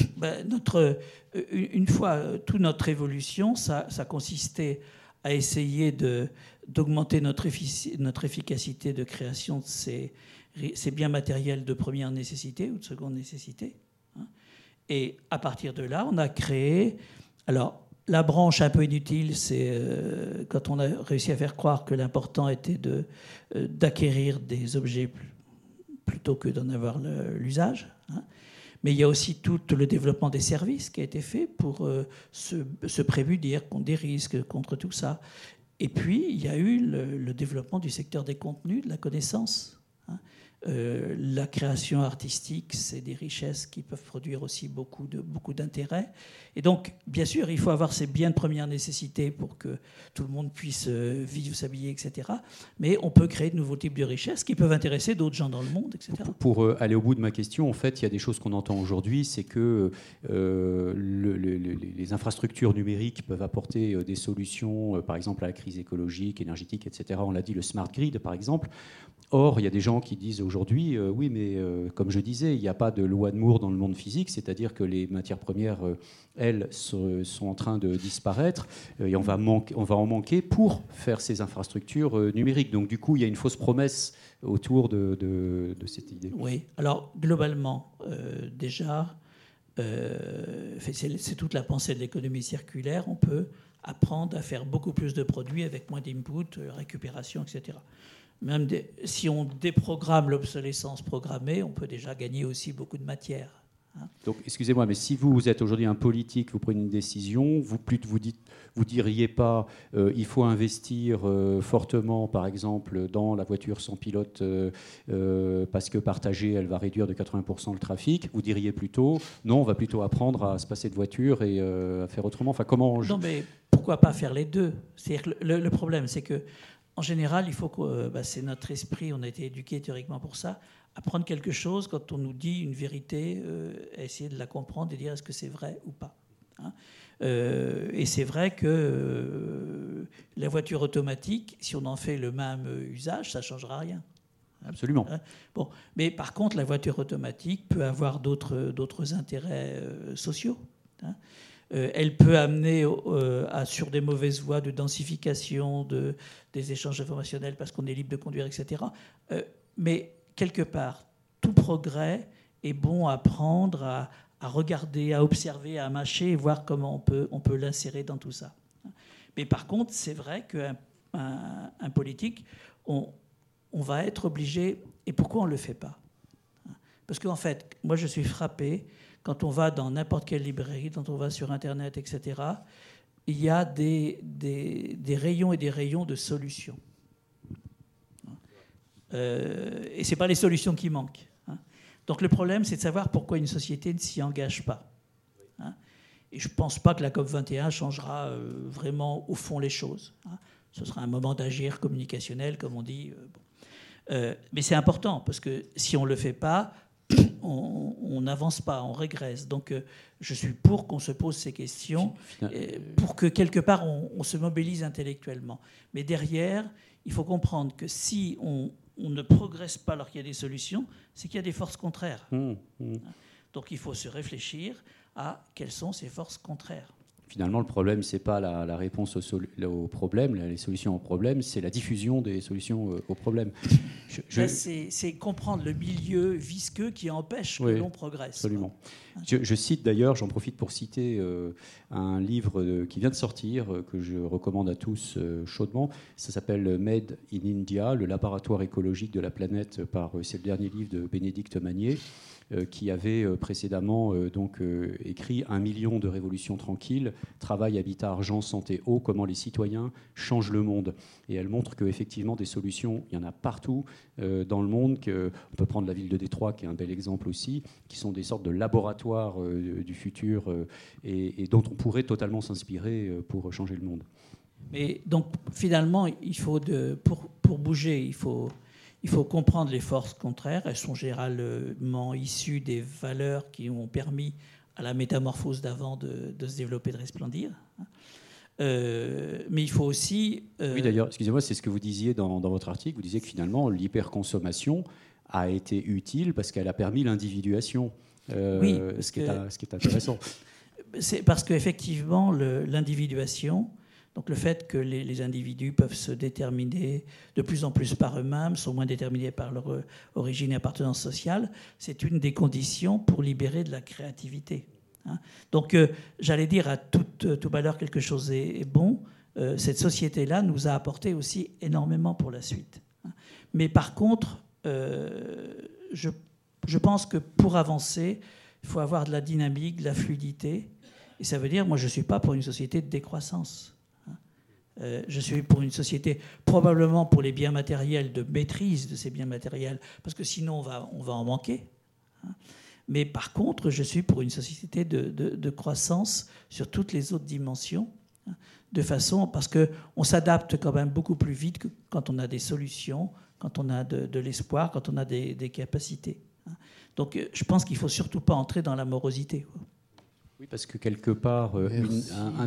Speaker 3: Une fois, toute notre évolution, ça consistait à essayer d'augmenter notre efficacité de création de ces biens matériels de première nécessité ou de seconde nécessité, hein. Et à partir de là, on a créé... Alors, la branche un peu inutile, c'est quand on a réussi à faire croire que l'important était d'acquérir des objets plutôt que d'en avoir l'usage, hein. Mais il y a aussi tout le développement des services qui a été fait pour se prémunir contre des risques, contre tout ça. Et puis, il y a eu le développement du secteur des contenus, de la connaissance, hein. La création artistique, c'est des richesses qui peuvent produire aussi beaucoup d'intérêt. Et donc, bien sûr, il faut avoir ces biens de première nécessité pour que tout le monde puisse vivre, s'habiller, etc. Mais on peut créer de nouveaux types de richesses qui peuvent intéresser d'autres gens dans le monde, etc.
Speaker 2: Pour aller au bout de ma question, en fait, il y a des choses qu'on entend aujourd'hui, c'est que les infrastructures numériques peuvent apporter des solutions, par exemple à la crise écologique, énergétique, etc. On l'a dit, le smart grid, par exemple. Or, il y a des gens qui disent aujourd'hui, oui, mais comme je disais, il n'y a pas de loi de Moore dans le monde physique, c'est-à-dire que les matières premières, elles, sont en train de disparaître, et on va en manquer pour faire ces infrastructures numériques. Donc, du coup, il y a une fausse promesse autour de cette idée.
Speaker 3: Oui, alors, globalement, déjà, c'est toute la pensée de l'économie circulaire. On peut apprendre à faire beaucoup plus de produits avec moins d'input, récupération, etc. Même si on déprogramme l'obsolescence programmée, on peut déjà gagner aussi beaucoup de matière, hein.
Speaker 2: Donc, excusez-moi, mais si vous êtes aujourd'hui un politique, vous prenez une décision, vous diriez pas il faut investir fortement, par exemple, dans la voiture sans pilote parce que partagée, elle va réduire de 80% le trafic. Vous diriez plutôt non, on va plutôt apprendre à se passer de voiture et à faire autrement. Enfin, comment
Speaker 3: Non, mais pourquoi pas faire les deux? C'est-à-dire que le problème, c'est que en général, il faut que c'est notre esprit, on a été éduqué théoriquement pour ça, apprendre quelque chose quand on nous dit une vérité, essayer de la comprendre et dire est-ce que c'est vrai ou pas, hein. Et c'est vrai que la voiture automatique, si on en fait le même usage, ça ne changera rien.
Speaker 2: Absolument.
Speaker 3: Bon, mais par contre, la voiture automatique peut avoir d'autres intérêts sociaux, hein. Elle peut amener sur des mauvaises voies de densification des échanges informationnels parce qu'on est libre de conduire, etc. Mais quelque part, tout progrès est bon à prendre, à regarder, à observer, à mâcher et voir comment on peut l'insérer dans tout ça. Mais par contre, c'est vrai qu'un politique, on va être obligé... Et pourquoi on ne le fait pas? Parce qu'en fait, moi je suis frappé, quand on va dans n'importe quelle librairie, quand on va sur Internet, etc., il y a des rayons et des rayons de solutions. Et ce n'est pas les solutions qui manquent. Hein. Donc le problème, c'est de savoir pourquoi une société ne s'y engage pas. Hein. Et je ne pense pas que la COP21 changera vraiment au fond les choses. Hein. Ce sera un moment d'agir communicationnel, comme on dit. Mais c'est important, parce que si on ne le fait pas, on n'avance pas, on régresse. Donc je suis pour qu'on se pose ces questions, pour que quelque part on se mobilise intellectuellement. Mais derrière, il faut comprendre que si on ne progresse pas alors qu'il y a des solutions, c'est qu'il y a des forces contraires. Donc il faut se réfléchir à quelles sont ces forces contraires.
Speaker 2: Finalement, le problème, ce n'est pas la réponse au problème, les solutions au problème, c'est la diffusion des solutions au problème.
Speaker 3: C'est comprendre le milieu visqueux qui empêche que l'on progresse.
Speaker 2: Absolument. Je cite d'ailleurs, j'en profite pour citer un livre qui vient de sortir, que je recommande à tous chaudement. Ça s'appelle Made in India, le laboratoire écologique de la planète. C'est le dernier livre de Bénédicte Magnier, qui avait précédemment écrit 1 million de révolutions tranquilles, travail, habitat, argent, santé, eau, comment les citoyens changent le monde. Et elle montre qu'effectivement des solutions, il y en a partout dans le monde. On peut prendre la ville de Détroit, qui est un bel exemple aussi, qui sont des sortes de laboratoires du futur et dont on pourrait totalement s'inspirer pour changer le monde.
Speaker 3: Mais donc finalement, il faut pour bouger, il faut comprendre les forces contraires. Elles sont généralement issues des valeurs qui ont permis à la métamorphose d'avant de se développer, de resplendir. Mais il faut aussi...
Speaker 2: Oui, d'ailleurs, excusez-moi, c'est ce que vous disiez dans votre article. Vous disiez que finalement, l'hyperconsommation a été utile parce qu'elle a permis l'individuation.
Speaker 3: Oui,
Speaker 2: ce qui est intéressant.
Speaker 3: C'est parce qu'effectivement, l'individuation... Donc le fait que les individus peuvent se déterminer de plus en plus par eux-mêmes, sont moins déterminés par leur origine et appartenance sociale, c'est une des conditions pour libérer de la créativité. Hein. Donc j'allais dire à toute valeur quelque chose est bon. Cette société-là nous a apporté aussi énormément pour la suite. Hein. Mais par contre, je pense que pour avancer, il faut avoir de la dynamique, de la fluidité. Et ça veut dire, moi je ne suis pas pour une société de décroissance. Je suis pour une société, probablement pour les biens matériels, de maîtrise de ces biens matériels, parce que sinon on va en manquer. Mais par contre, je suis pour une société de croissance sur toutes les autres dimensions, de façon, parce qu'on s'adapte quand même beaucoup plus vite que quand on a des solutions, quand on a de l'espoir, quand on a des capacités. Donc je pense qu'il ne faut surtout pas entrer dans la morosité.
Speaker 2: Oui, parce que quelque part, un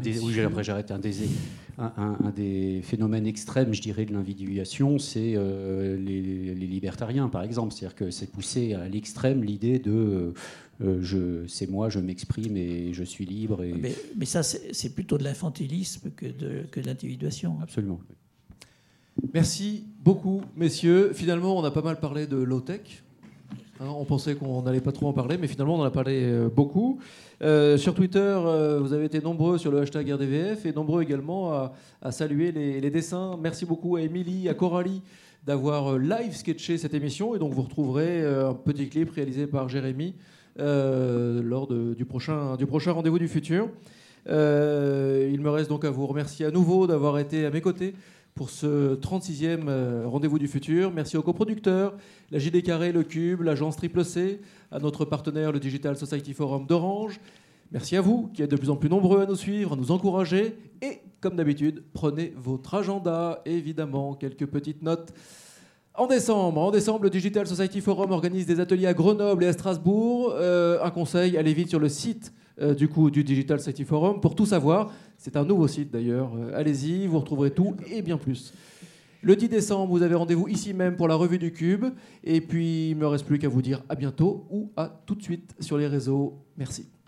Speaker 2: des phénomènes extrêmes, je dirais, de l'individuation, c'est les libertariens, par exemple. C'est-à-dire que c'est poussé à l'extrême l'idée de c'est moi, je m'exprime et je suis libre. Et...
Speaker 3: Mais ça, c'est plutôt de l'infantilisme que de l'individuation.
Speaker 2: Absolument.
Speaker 1: Merci beaucoup, messieurs. Finalement, on a pas mal parlé de low-tech. On pensait qu'on n'allait pas trop en parler, mais finalement, on en a parlé beaucoup. Sur Twitter, vous avez été nombreux sur le hashtag RDVF et nombreux également à saluer les dessins. Merci beaucoup à Émilie, à Coralie d'avoir live sketché cette émission. Et donc, vous retrouverez un petit clip réalisé par Jérémy lors du prochain Rendez-vous du Futur. Il me reste donc à vous remercier à nouveau d'avoir été à mes côtés pour ce 36e Rendez-vous du Futur. Merci aux coproducteurs, la JD Carré, le Cube, l'agence Triple C, à notre partenaire, le Digital Society Forum d'Orange. Merci à vous, qui êtes de plus en plus nombreux à nous suivre, à nous encourager. Et, comme d'habitude, prenez votre agenda, évidemment, quelques petites notes. En décembre, le Digital Society Forum organise des ateliers à Grenoble et à Strasbourg. Un conseil, allez vite sur le site du Digital Society Forum pour tout savoir. C'est un nouveau site d'ailleurs. Allez-y, vous retrouverez tout et bien plus. Le 10 décembre, vous avez rendez-vous ici même pour la revue du Cube. Et puis, il ne me reste plus qu'à vous dire à bientôt ou à tout de suite sur les réseaux. Merci.